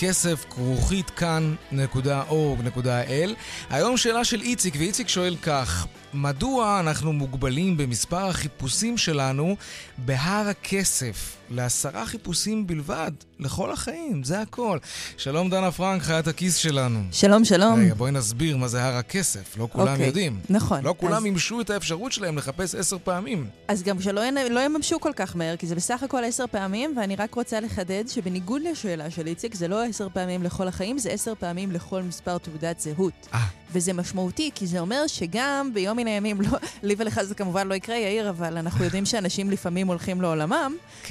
כסף@כאן.org.il. היום שאלה של איציק, ואיציק שואל כך, מדוע אנחנו מוגבלים במספר החיפושים שלנו בהר הכסף? ל10 חיפושים בלבד, לכל החיים, זה הכל. שלום דנה פרנק, חיית הכיס שלנו. שלום, שלום. רגע, בואי נסביר מה זה הר הכסף, לא כולם יודעים. נכון. לא כולם ימשו את האפשרות שלהם לחפש 10 פעמים. אז גם שלא יממשו כל כך מהר, כי זה בסך הכל 10 פעמים, ואני רק רוצה לחדד שבניגוד לשאלה של איציק, זה לא 10 פעמים לכל החיים, זה 10 פעמים לכל מספר תעודת זהות. וזה משמעותי, כי זה אומר שגם ביום מן הימים, לי ולך זה כמובן לא יקרה, יאיר, אבל אנחנו יודעים שאנשים לפעמים הולכים לעולמם,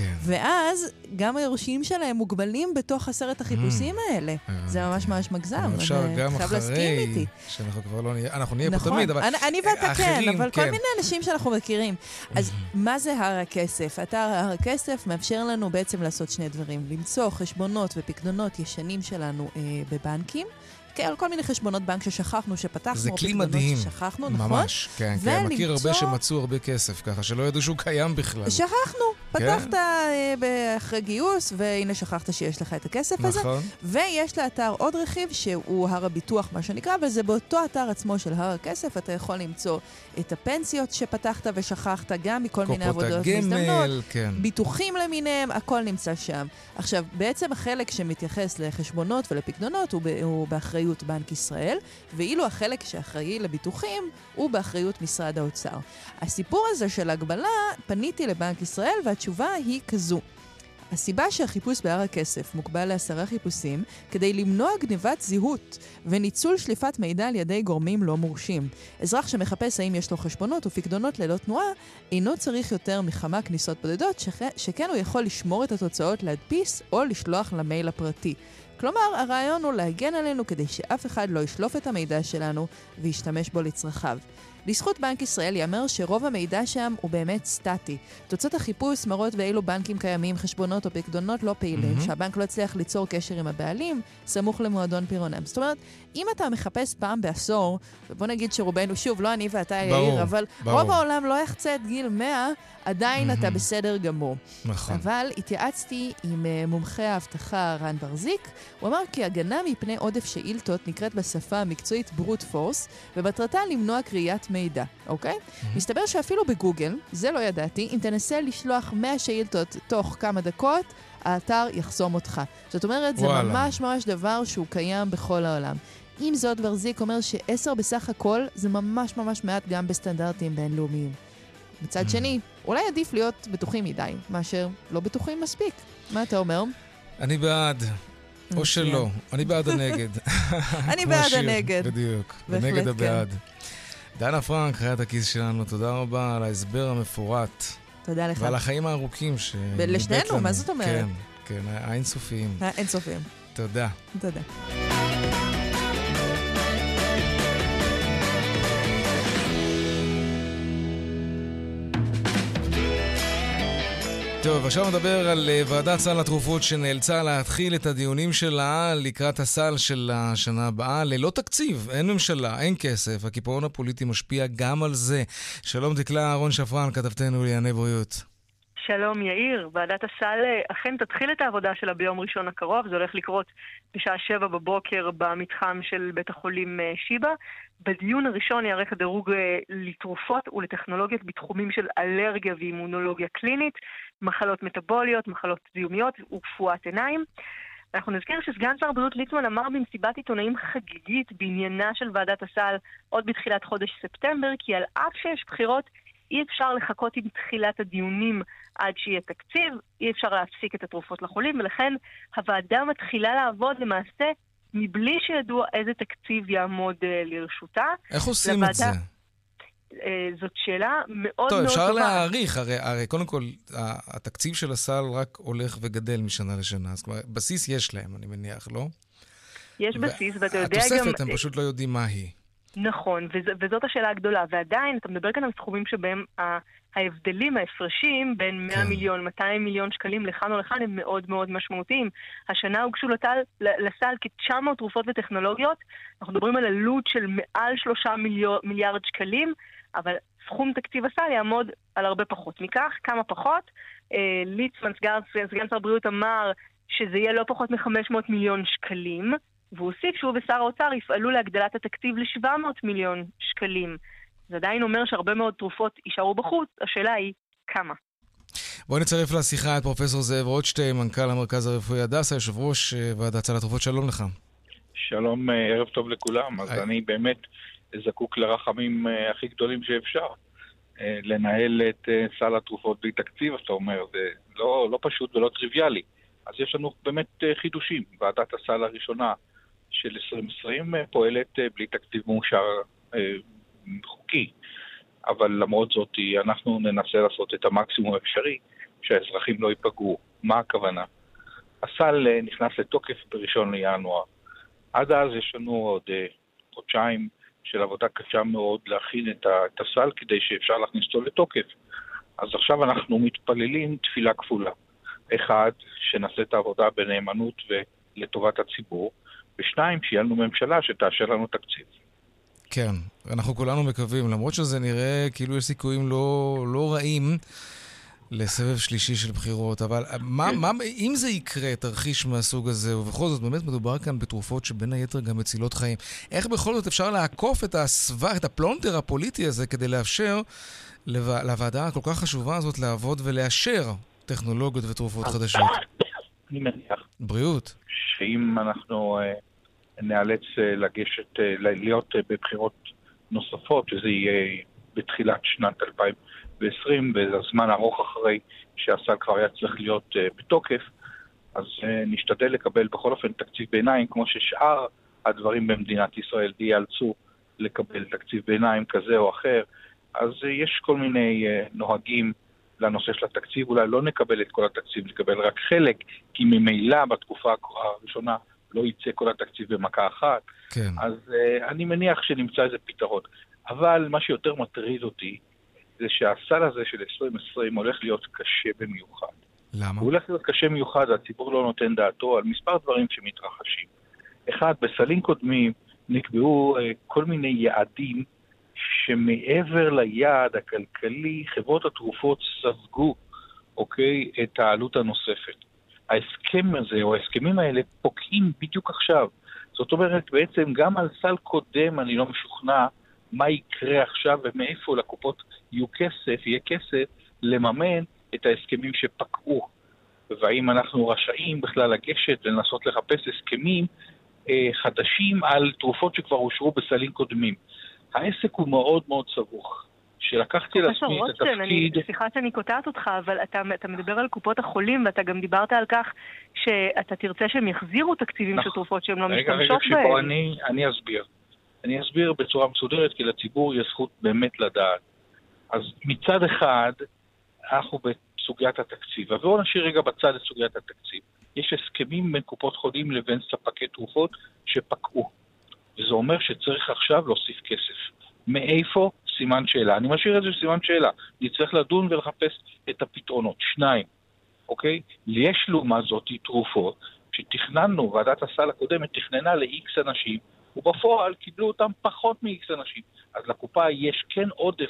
ואז גם היורשים שלהם מוגבלים בתוך 10 החיפושים האלה. זה ממש ממש מגזם. אפשר גם אחרי, שאנחנו כבר לא נהיה, אנחנו נהיה פה תמיד, אבל אני ואתה כן, אבל כל מיני אנשים שאנחנו מכירים. אז מה זה הר הכסף? אתר הר הכסף מאפשר לנו בעצם לעשות שני דברים, למצוא חשבונות ופקדונות ישנים שלנו בבנקים, על כל מיני חשבונות בנק ששכחנו, שפתחנו, זה כלי מדהים, ששכחנו, ממש, כן, כן, מכיר הרבה שמצאו הרבה כסף, ככה שלא ידעו שהוא קיים בכלל. שכחנו, פתחת אחרי גיוס, והנה שכחת שיש לך את הכסף הזה, ויש לאתר עוד רכיב שהוא הר הביטוח, מה שנקרא, וזה באותו אתר עצמו של הר הכסף, אתה יכול למצוא את הפנסיות שפתחת ושכחת, גם מכל מיני עבודות מזדמנות, ביטוחים למיניהם, הכל נמצא שם. עכשיו, בעצם החלק שמתייחס לחשבונות ולפקדונות הוא באחריות בנק ישראל, ואילו החלק שאחראי לביטוחים הוא באחריות משרד האוצר. הסיפור הזה של הגבלה, פניתי לבנק ישראל והתשובה היא כזו. הסיבה שהחיפוש בהר הכסף מוגבל ל10 חיפושים כדי למנוע גניבת זהות וניצול שליפת מידע על ידי גורמים לא מורשים. אזרח שמחפש האם יש לו חשבונות ופקדונות ללא תנועה, אינו צריך יותר מכמה כניסות בודדות, שכן הוא יכול לשמור את התוצאות, להדפיס או לשלוח למייל הפרטי. כלומר, הרעיון הוא להגן עלינו כדי שאף אחד לא ישלוף את המידע שלנו וישתמש בו לצרכיו. לזכות בנק ישראל יאמר שרוב המידע שם הוא באמת סטטי. תוצאות החיפוש מראות באילו בנקים קיימים חשבונות או פקדונות לא פעילים, שהבנק לא הצליח ליצור קשר עם הבעלים, סמוך למועדון פירעונם. זאת אומרת, אם אתה מחפש פעם בעשור, ובוא נגיד שרובנו, שוב, לא אני ואתה יאיר, אבל רוב העולם לא יחצה את גיל 100, עדיין אתה בסדר גמור. נכון. אבל התייעצתי עם מומחה ההבטחה רן ברזיק, הוא אמר כי הגנה מפני עודף שאילתות נקראת בשפה המקצועית ברוט פורס, ומטרתה למנוע קריאת מידע, אוקיי? מסתבר שאפילו בגוגל, זה לא ידעתי, אם תנסה לשלוח 100 שאילתות תוך כמה דקות, האתר יחסום אותך. זאת אומרת, זה ממש ממש דבר שהוא קיים בכל העולם. עם זאת, ברזיק אומר ש10 בסך הכל זה ממש ממש מעט גם בסטנדרטים בינלאומיים. מצד שני, אולי עדיף להיות בטוחים מדי, מאשר לא בטוחים מספיק. מה אתה אומר? אני בעד. או שלא. אני בעד הנגד. אני בעד הנגד. בדיוק. הנגד הבעד. דנה פרנק, חיית הכיס שלנו, תודה רבה על ההסבר המפורט. תודה לך. ועל החיים הארוכים לשנינו, מה זאת אומרת? כן, כן, האינסופיים. האינסופיים. תודה. תודה. טוב, עכשיו נדבר על ועדת סל התרופות שנאלצה להתחיל את הדיונים שלה לקראת הסל של השנה הבאה ללא תקציב, אין ממשלה, אין כסף, הקיפאון הפוליטי משפיע גם על זה. שלום דקלה אהרון שפרן, כתבתנו לענייני בריאות. שלום יאיר, ועדת הסל אכן תתחיל את העבודה שלה ביום ראשון הקרוב, זה הולך לקרות בשעה 7 בבוקר במתחם של בית החולים שיבא. בדיון הראשון יערך הדירוג לתרופות ולטכנולוגיות בתחומים של אלרגיה ואימונולוגיה קלינית, מחלות מטבוליות, מחלות זיהומיות ורפואת עיניים. אנחנו נזכיר שסגן שר הבריאות ליצמן אמר במסיבת עיתונאים חגיגית בעניינה של ועדת הסל עוד בתחילת חודש ספטמבר, כי על אף שיש בחירות אי אפשר לחכות עם תחילת הדיונים עד שיהיה תקציב, אי אפשר להפסיק את התרופות לחולים, ולכן הוועדה מתחילה לעבוד למעשה מבלי שידוע איזה תקציב יעמוד לרשותה. איך עושים את זה? זאת שאלה מאוד טוב, מאוד אפשר טובה. להעריך, הרי קודם כל התקציב של הסל רק הולך וגדל משנה לשנה, אז כבר בסיס יש להם, אני מניח, לא? יש בסיס, ואתה יודע גם... התוספת, הם פשוט לא יודעים מה היא. נכון, וזאת השאלה הגדולה, ועדיין אתה מדבר כאן על סכומים שבהם ההבדלים, ההפרשים בין 100 מיליון, 200 מיליון שקלים לכאן או לכאן הם מאוד מאוד משמעותיים. השנה הוגשו לסל כ-900 תרופות וטכנולוגיות, אנחנו מדברים על עלות של מעל 3 מיליארד שקלים, אבל סכום תקציב הסל יעמוד על הרבה פחות מכך. כמה פחות? ליצמן, סגן שר הבריאות, אמר שזה יהיה לא פחות מ-500 מיליון שקלים, והוא הוסיף שהוא ושר האוצר יפעלו להגדלת התקציב ל-700 מיליון שקלים. זה עדיין אומר שהרבה מאוד תרופות יישארו בחוץ, השאלה היא כמה. בואו נצרף לשיחה את פרופסור זאב רוטשטיין, מנכ"ל המרכז הרפואי הדסה, יושב ראש ועדת סל התרופות, שלום לך. שלום, ערב טוב לכולם. אז אני באמת זקוק לרחמים הכי גדולים שאפשר. לנהל את סל התרופות בלי תקציב, אתה אומר, זה לא פשוט ולא טריוויאלי. אז יש לנו באמת חידושים. ועדת הסל הראשונה של 2020 פועלת בלי תקציב מאושר חוקי, אבל למרות זאת אנחנו ננסה לעשות את המקסימום האפשרי שהאזרחים לא ייפגעו. מה הכוונה? הסל נכנס לתוקף ב1 לינואר. עד אז יש לנו עוד חודשיים של עבודה קשה מאוד להכין את הסל כדי שאפשר להכניס אותו לתוקף. אז עכשיו אנחנו מתפללים תפילה כפולה. אחד, שנעשה את העבודה בנאמנות ולטובת הציבור, ושניים, שיהיה לנו ממשלה שתאשר לנו תקציב. כן, אנחנו כולנו מקווים, למרות שזה נראה כאילו יש סיכויים לא רעים לסבב שלישי של בחירות, אבל אם זה יקרה, תרחיש מהסוג הזה, ובכל זאת באמת מדובר כאן בתרופות שבין היתר גם מצילות חיים, איך בכל זאת אפשר לעקוף את הפלונטר הפוליטי הזה כדי לאפשר לוועדה הכל כך חשובה הזאת לעבוד ולאשר טכנולוגיות ותרופות חדשות? אני מניח. בריאות. שאם אנחנו נאלץ לגשת, להיות בבחירות נוספות, שזה יהיה בתחילת שנת 2020, וזה זמן ארוך אחרי שהסל כבר היה צריך להיות בתוקף, אז נשתדל לקבל בכל אופן תקציב ביניים, כמו ששאר הדברים במדינת ישראל ייאלצו לקבל תקציב ביניים כזה או אחר. אז יש כל מיני נוהגים לנושא של התקציב, אולי לא נקבל את כל התקציב, נקבל רק חלק, כי ממילא בתקופה הראשונה לא יצא כל התקציב במכה אחת. כן. אז אני מניח שנמצא איזה פתרון. אבל מה שיותר מטריד אותי, זה שהסל הזה של 2020 הולך להיות קשה במיוחד. למה? הוא הולך להיות קשה במיוחד, הציבור לא נותן דעתו על מספר דברים שמתרחשים. אחד, בסלים קודמים נקבעו כל מיני יעדים, שמעבר ליעד הכלכלי, חברות התרופות ספגו, את העלות הנוספת. ההסכם הזה, או ההסכמים האלה, פוקעים בדיוק עכשיו. זאת אומרת, בעצם גם על סל קודם אני לא משוכנע מה יקרה עכשיו ומאיפה לקופות יהיה כסף לממן את ההסכמים שפקעו. והאם אנחנו רשאים בכלל לגשת ולנסות לחפש הסכמים חדשים על תרופות שכבר אושרו בסלים קודמים. העסק הוא מאוד מאוד סבוך. שלקחתי לעצמי את התפקיד... סליחה שאני קוטעת אותך, אבל אתה מדבר על קופות החולים, ואתה גם דיברת על כך שאתה תרצה שהם יחזירו תקציבים של תרופות שהם לא משתמשות בהם. אני אסביר בצורה מסודרת, כי לציבור יש זכות באמת לדעת. אז מצד אחד, אנחנו בסוגיית התקציב, ובואו נשאיר רגע בצד את סוגיית התקציב. יש הסכמים בין קופות חולים לבין ספקי תרופות שפקעו. וזה אומר שצריך עכשיו להוסיף כסף. מאיפה? סימן שאלה. אני משאיר את זה סימן שאלה. נצטרך לדון ולחפש את הפתרונות. 2, אוקיי? יש לעומת זאת תרופות שתכננו, ועדת הסל הקודמת תכננה ל-X אנשים, ובפועל קיבלו אותם פחות מ-X אנשים. אז לקופה יש כן עודף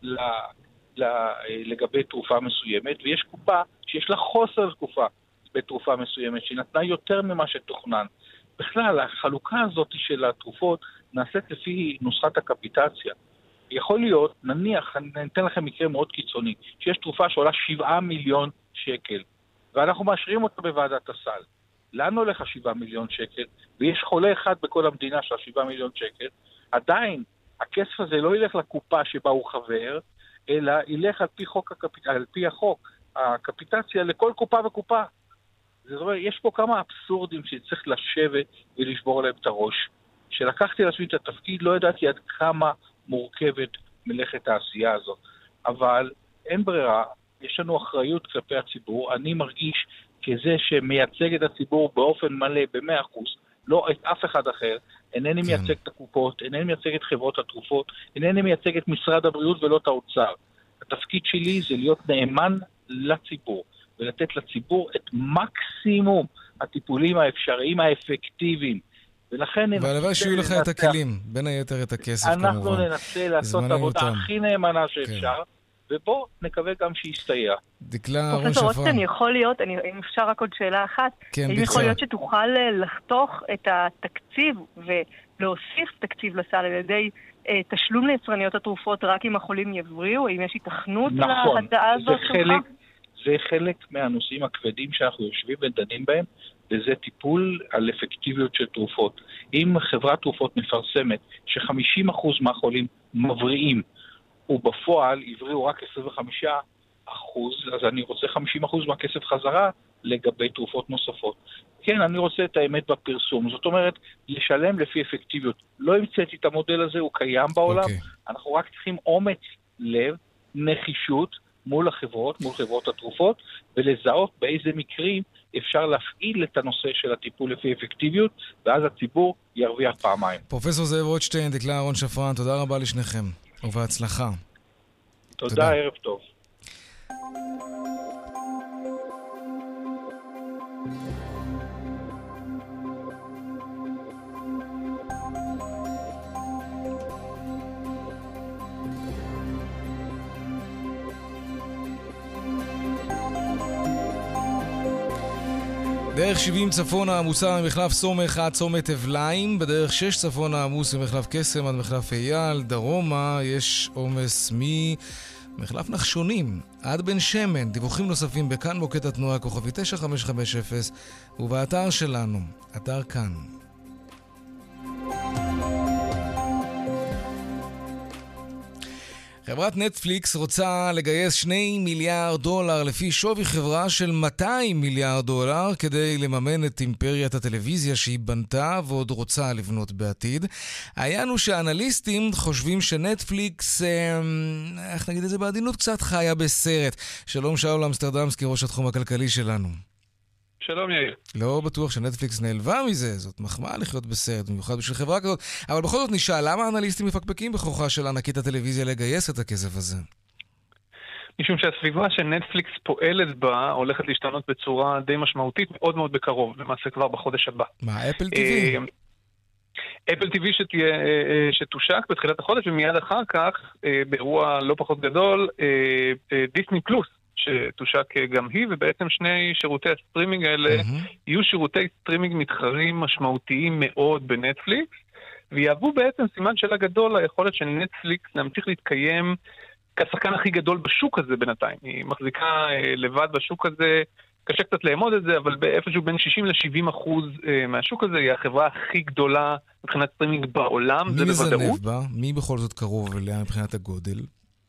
לגבי תרופה מסוימת, ויש קופה שיש לה חוסר תקופה בתרופה מסוימת, שנתנה יותר ממה שתוכנן. בכלל, החלוקה הזאת של התרופות נעשית לפי נוסחת הקפיטציה. יכול להיות, נניח, אני אתן לכם מקרה מאוד קיצוני, שיש תרופה שעולה 7 מיליון שקל, ואנחנו מאשרים אותה בוועדת הסל. לאן הולך 7 מיליון שקל? ויש חולה אחד בכל המדינה של 7 מיליון שקל, עדיין הכסף הזה לא ילך לקופה שבה הוא חבר, אלא ילך על פי החוק, הקפיטציה לכל קופה וקופה. זאת אומרת, יש פה כמה אבסורדים שצריך לשבת ולשבור עליהם את הראש. כשלקחתי לעצמי את התפקיד, לא ידעתי עד כמה מורכבת מלאכת העשייה הזאת. אבל אין ברירה, יש לנו אחריות כלפי הציבור. אני מרגיש כזה שמייצג את הציבור באופן מלא, ב100%, לא את אף אחד אחר. אינני מייצג את הקופות, אינני מייצג את חברות התרופות, אינני מייצג את משרד הבריאות ולא את האוצר. התפקיד שלי זה להיות נאמן לציבור, ולתת לציבור את מקסימום הטיפולים האפשריים האפקטיביים. ולכן והלוואי שיהיו לך את הכלים, בין היתר את הכסף כמובן. אנחנו ננסה לעשות את העבודה הכי נאמנה שאפשר, ובוא נקווה גם שיסתייע. דקלה אהרון פרופסור שפרן. רוטשטיין, יכול להיות, אם אפשר רק עוד שאלה אחת, כן, אם יכול להיות שתוכל לחתוך את התקציב ולהוסיף תקציב לסל על ידי תשלום ליצרניות התרופות רק אם החולים יבריאו, אם יש התכנות להצעה הזאת שלך? זה חלק מהנושאים הכבדים שאנחנו יושבים ודנים בהם, וזה טיפול על אפקטיביות של תרופות. אם חברת תרופות מפרסמת ש50% מהחולים מבריאים, ובפועל יבריאו רק 25%, אז אני רוצה 50% מהכסף חזרה לגבי תרופות נוספות. כן, אני רוצה את האמת בפרסום. זאת אומרת, לשלם לפי אפקטיביות. לא המצאתי את המודל הזה, הוא קיים בעולם. אנחנו רק צריכים אומץ לב, נחישות, מול החברות, מול חברות התרופות, ולזהות באיזה מקרים אפשר להפעיל את הנושא של הטיפול לפי אפקטיביות, ואז הציבור ירוויח פעמיים. פרופסור זאב רוטשטיין, דקלה אהרון שפרן, תודה רבה לשניכם, ובהצלחה. תודה, ערב טוב. דרך 70 צפונה עמוסה ממחלף סומך עד צומת אבליים, בדרך 6 צפונה עמוס ממחלף קסם עד מחלף אייל, דרומה יש עומס ממחלף נחשונים עד בן שמן. דיווחים נוספים בכאן מוקד התנועה כוכבי 9550 ובאתר שלנו, אתר כאן. חברת נטפליקס רוצה לגייס 2 מיליארד דולר לפי שווי חברה של 200 מיליארד דולר כדי לממן את אימפריית הטלוויזיה שהיא בנתה ועוד רוצה לבנות בעתיד. העניין הוא שהאנליסטים חושבים שנטפליקס, איך נגיד את זה בעדינות, קצת חיה בסרט. שלום שאול אמסטרדמסקי, ראש התחום הכלכלי שלנו. שלום יאיר. לא בטוח שנטפליקס נעלבה מזה, זאת מחמאה לחיות בסרט, במיוחד בשביל חברה כזאת. אבל בכל זאת נשאל, למה האנליסטים מפקפקים בכוחה של ענקית הטלוויזיה לגייס את הכסף הזה? משום שהסביבה שנטפליקס פועלת בה הולכת להשתנות בצורה די משמעותית, מאוד מאוד בקרוב, למעשה כבר בחודש הבא. מה, אפל טיווי? אפל טיווי שתושק בתחילת החודש, ומיד אחר כך, באירוע לא פחות גדול, דיסני פלוס. שתושק גם היא, ובעצם שני שירותי הסטרימינג האלה יהיו שירותי סטרימינג מתחרים משמעותיים מאוד בנטפליקס, ויהוו בעצם סימן שאלה גדול ליכולת של נטפליקס להמשיך להתקיים כשחקן הכי גדול בשוק הזה בינתיים. היא מחזיקה לבד בשוק הזה, קשה קצת לאמוד את זה, אבל באיפשהו בין 60-70% מהשוק הזה היא החברה הכי גדולה מבחינת סטרימינג בעולם, זה בוודאות. מי מזנב בה? מי בכל זאת קרוב אליה מבחינת הגודל?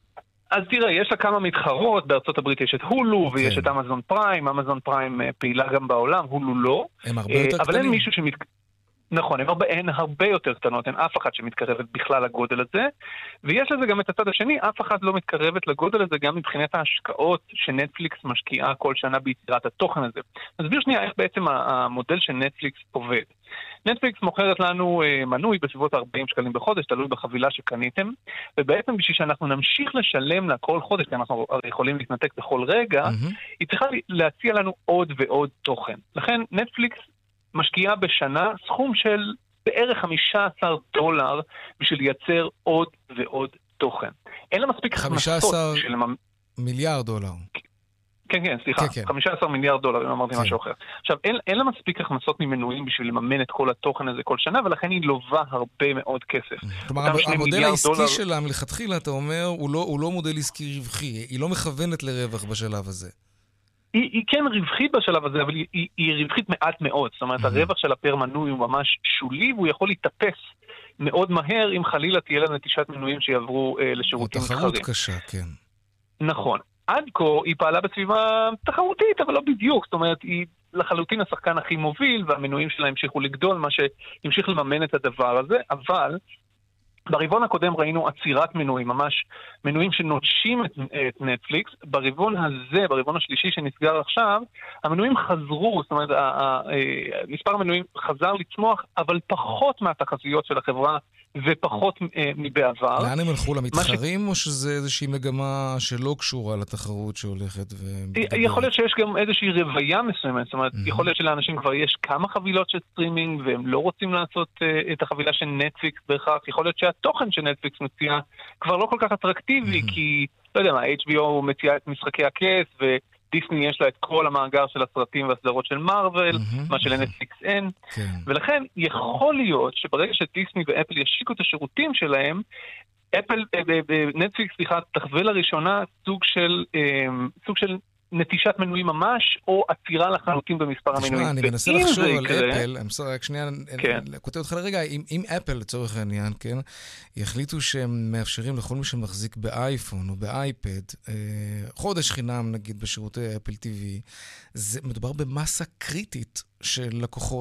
אז תראה, יש לה כמה מתחרות, בארצות הברית יש את הולו ויש את אמזון פריים, אמזון פריים פעילה גם בעולם, הולו לא. הם הרבה יותר אבל אין מישהו נכון, הן הרבה יותר קטנות, אין אף אחת שמתקרבת בכלל לגודל הזה, ויש לזה גם את הצד השני, אף אחת לא מתקרבת לגודל הזה גם מבחינת ההשקעות שנטפליקס משקיעה כל שנה ביצירת התוכן הזה. נסביר שנייה איך בעצם המודל של נטפליקס עובד. נטפליקס מוכרת לנו מנוי בסביבות 40 שקלים בחודש, תלוי בחבילה שקניתם, ובעצם בשביל שאנחנו נמשיך לשלם לה כל חודש, כי אנחנו יכולים להתנתק בכל רגע, היא צריכה להציע לנו עוד ועוד תוכן. לכן נטפליקס משקיעה בשנה סכום של בערך $15 בשביל לייצר עוד ועוד תוכן. אין לה מספיק הכנסות של... מיליארד דולר. כן, סליחה. 15 מיליארד דולר, אם אמרתי משהו אחר. עכשיו, אין לה מספיק הכנסות ממנויים בשביל לממן את כל התוכן הזה כל שנה, ולכן היא לובה הרבה מאוד כסף. כלומר, המודל העסקי שלה מלכתחילה, אתה אומר, הוא לא מודל עסקי רווחי. היא לא מכוונת לרווח בשלב הזה. היא כן רווחית בשלב הזה, אבל היא רווחית מעט מאוד. זאת אומרת, הרווח של הפר מנוי הוא ממש שולי, והוא יכול להתאפס מאוד מהר, אם חלילה תהיה לה נטישת מנויים שיעברו לשירותים מתחרים. תחרות קשה, כן. נכון. עד כה היא פעלה בסביבה תחרותית, אבל לא בדיוק. זאת אומרת, היא לחלוטין השחקן הכי מוביל, והמנויים שלה המשיכו לגדול, מה שהמשיך לממן את הדבר הזה, אבל ברבעון הקודם ראינו עצירת מנויים, ממש מנויים שנוטשים את נטפליקס. ברבעון הזה, ברבעון השלישי שנסגר עכשיו, המנויים חזרו, זאת אומרת, מספר המנויים חזר לצמוח, אבל פחות מהתחזיות של החברה ופחות מבעבר. לאן הם הלכו? למתחרים או שזה איזושהי מגמה שלא קשורה לתחרות שהולכת יכול להיות שיש גם איזושהי רוויה מסוימת, זאת אומרת, יכול להיות שלאנשים כבר יש כמה חבילות של סטרימינג והם לא רוצים לעשות את החבילה של נטפליקס בהכרח, יכול להיות שהתוכן של נטפליקס מציע כבר לא כל כך אטרקטיבי, כי, לא יודע מה, HBO מציעה את משחקי הכס דיסני יש לה את כל המאגר של הסרטים והסדרות של מארוול, מה שלנטפליקס אין. ולכן יכול להיות שברגע שדיסני ואפל ישיקו את השירותים שלהם, נטפליקס תחווה לראשונה סוג של נטישת מנויים ממש, או עצירה לחלוטין במספר המנויים. תשמע, אני מנסה לחשוב על אפל, רק שנייה, כותב אותך לרגע, אם אפל לצורך העניין, כן, יחליטו שהם מאפשרים לכל מי שמחזיק באייפון או באייפד, חודש חינם נגיד בשירותי אפל TV, מדובר במסה קריטית של לקוחות.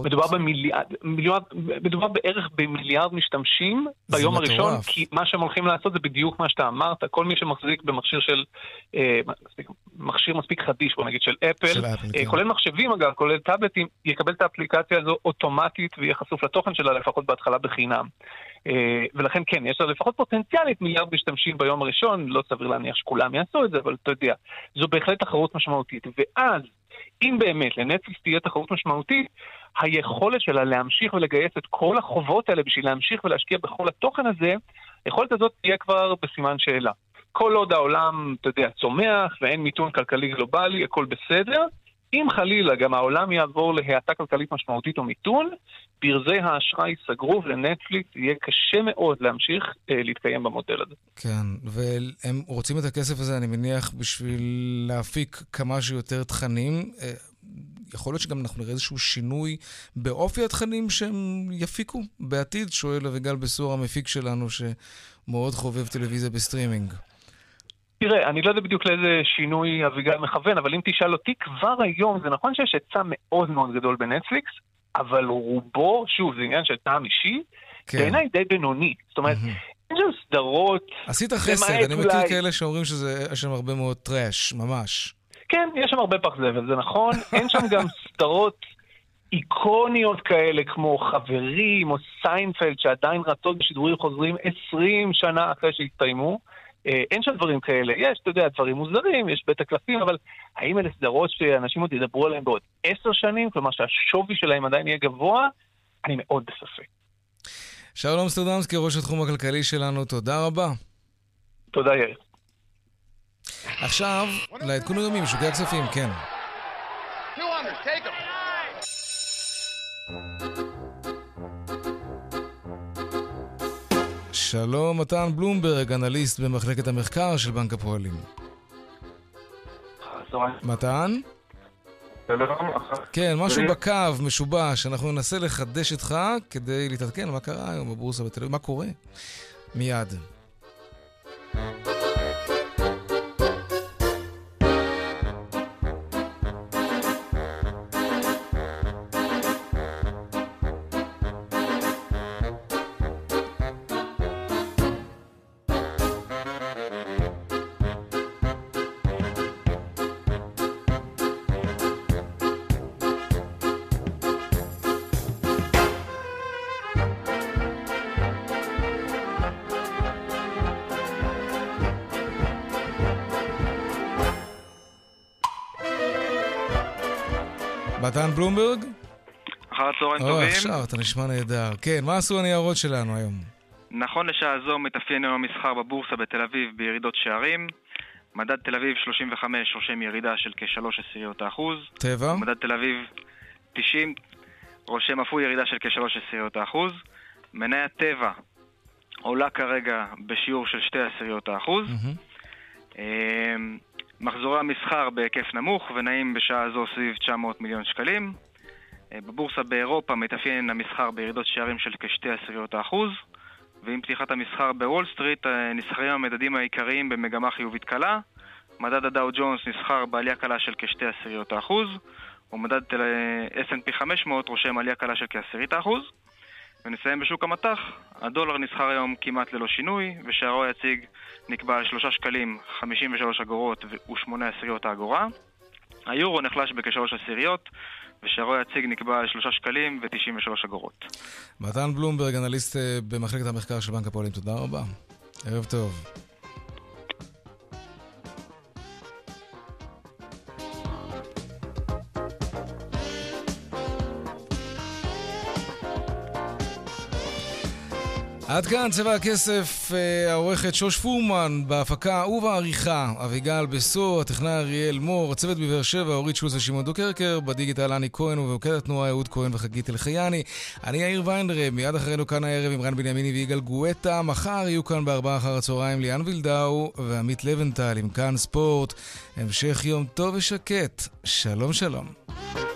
מדובר בערך במיליארד משתמשים ביום הראשון, כי מה שהם הולכים לעשות זה בדיוק מה שאתה אמרת, כל מי שמחזיק במכשיר של, מכשיר מספיק חדיש, בוא נגיד של אפל, כולל מחשבים אגב, כולל טאבלטים, יקבל את האפליקציה הזו אוטומטית ויהיה חשוף לתוכן שלה לפחות בהתחלה בחינם. ולכן כן, יש לה לפחות פוטנציאלית מיליארד משתמשים ביום הראשון, לא סביר להניח שכולם יעשו את זה, אבל אתה יודע, זו בהחלט תחרות משמעותית. ואז, אם באמת לנטפליקס תהיה תחרות משמעותית, היכולת שלה להמשיך ולגייס את כל החובות האלה בשביל להמשיך ולהשקיע בכל התוכן הזה, היכולת הזאת תהיה כבר בסימן שאלה. כל עוד העולם, אתה יודע, צומח ואין מיתון כלכלי גלובלי, הכל בסדר. אם חלילה גם העולם יעבור להאטה כלכלית משמעותית או מיתון, ברזי האשראי סגרו ולנטפליקס יהיה קשה מאוד להמשיך להתקיים במודל הזה. כן, והם רוצים את הכסף הזה, אני מניח, בשביל להפיק כמה שיותר תכנים. יכול להיות שגם אנחנו נראה איזשהו שינוי באופי התכנים שהם יפיקו בעתיד, שואל אביגל בסור המפיק שלנו שמאוד חובב טלוויזיה בסטרימינג. תראה, אני לא יודע בדיוק לאיזה שינוי אביגל מכוון, אבל אם תשאל אותי, כבר היום, זה נכון שיש היצע מאוד מאוד גדול בנטפליקס, אבל רובו, שוב, זה עניין של טעם אישי, בעיניי די בינוני. זאת אומרת, אין שם סדרות... עשית חסד, אני מכיר כאלה שאומרים שיש שם הרבה מאוד טרש, ממש. כן, יש שם הרבה פח זבל, זה נכון. אין שם גם סדרות איקוניות כאלה, כמו חברים או סיינפלד, שעדיין רצות בשידורים חוזרים 20 שנה אחרי שהסתיימו. אין שם דברים כאלה. יש, אתה יודע, דברים מוזרים, יש בית הקלפים, אבל האם אלה סדרות שאנשים עוד ידברו עליהם בעוד 10 שנים, כלומר שהשווי שלהם עדיין יהיה גבוה, אני מאוד בספק. שאול אמסטרדמסקי, ראש התחום הכלכלי שלנו, תודה רבה. תודה, יאיר. עכשיו, לעדכון היומי, משוקי הכספים, כן. 200, take them. שלום, מתן בלומברג, אנליסט במחלקת המחקר של בנק הפועלים. מתן? כן, משהו בקו משובש, אנחנו ננסה לחדש איתך כדי להתעדכן מה קרה היום בבורסה בתל אביב, מה קורה? מיד. מתן בלומברג? אחר הצהריים טובים. עכשיו, אתה נשמע נהדר. כן, מה עשו הניירות שלנו היום? נכון לשעה זו מתאפיין היום המסחר בבורסה בתל אביב בירידות שערים. מדד תל אביב 35 רושם ירידה של כ3%. טבע? מדד תל אביב 90 רושם אף הוא ירידה של כ3%. מניית טבע עולה כרגע בשיעור של 0.2%. מחזורי המסחר בהיקף נמוך ונעים בשעה זו סביב 900 מיליון שקלים. בבורסה באירופה מתאפיין המסחר בירידות שערים של כ0.2%, ועם פתיחת המסחר בוול סטריט נסחרים המדדים העיקריים במגמה חיובית קלה. מדד הדאו ג'ונס נסחר בעלייה קלה של כ0.2%, ומדד S&P 500 רושם עלייה קלה של כ0.1%. ונסיים בשוק המטח, הדולר נסחר היום כמעט ללא שינוי, ושערו היציג נקבע על 3 שקלים 53 אגורות ו8 אגורה. היורו נחלש בכ3 עשיריות, ושערו היציג נקבע על 3 שקלים ו93 אגורות. מתן בלומברג, אנליסט במחלקת המחקר של בנק הפועלים, תודה רבה. ערב טוב. עד כאן צבע הכסף, העורכת שוש פורמן, בהפקה ובעריכה אביגל בסו, הטכנאי אריאל מור, הצוות בבאר שבע, אורית שולץ ושמעון דוקרקר, בדיגיטל אני כהן ובמוקד התנועה אהוד כהן וחגית אלחייני. אני יאיר ויינרב, מיד אחרינו כאן הערב עם רן בנימיני ויגאל גואטה, מחר יהיו כאן ב4 אחר הצהריים ליאן וילדאו ועמית לבנטל עם כאן ספורט. המשך יום טוב ושקט, שלום שלום.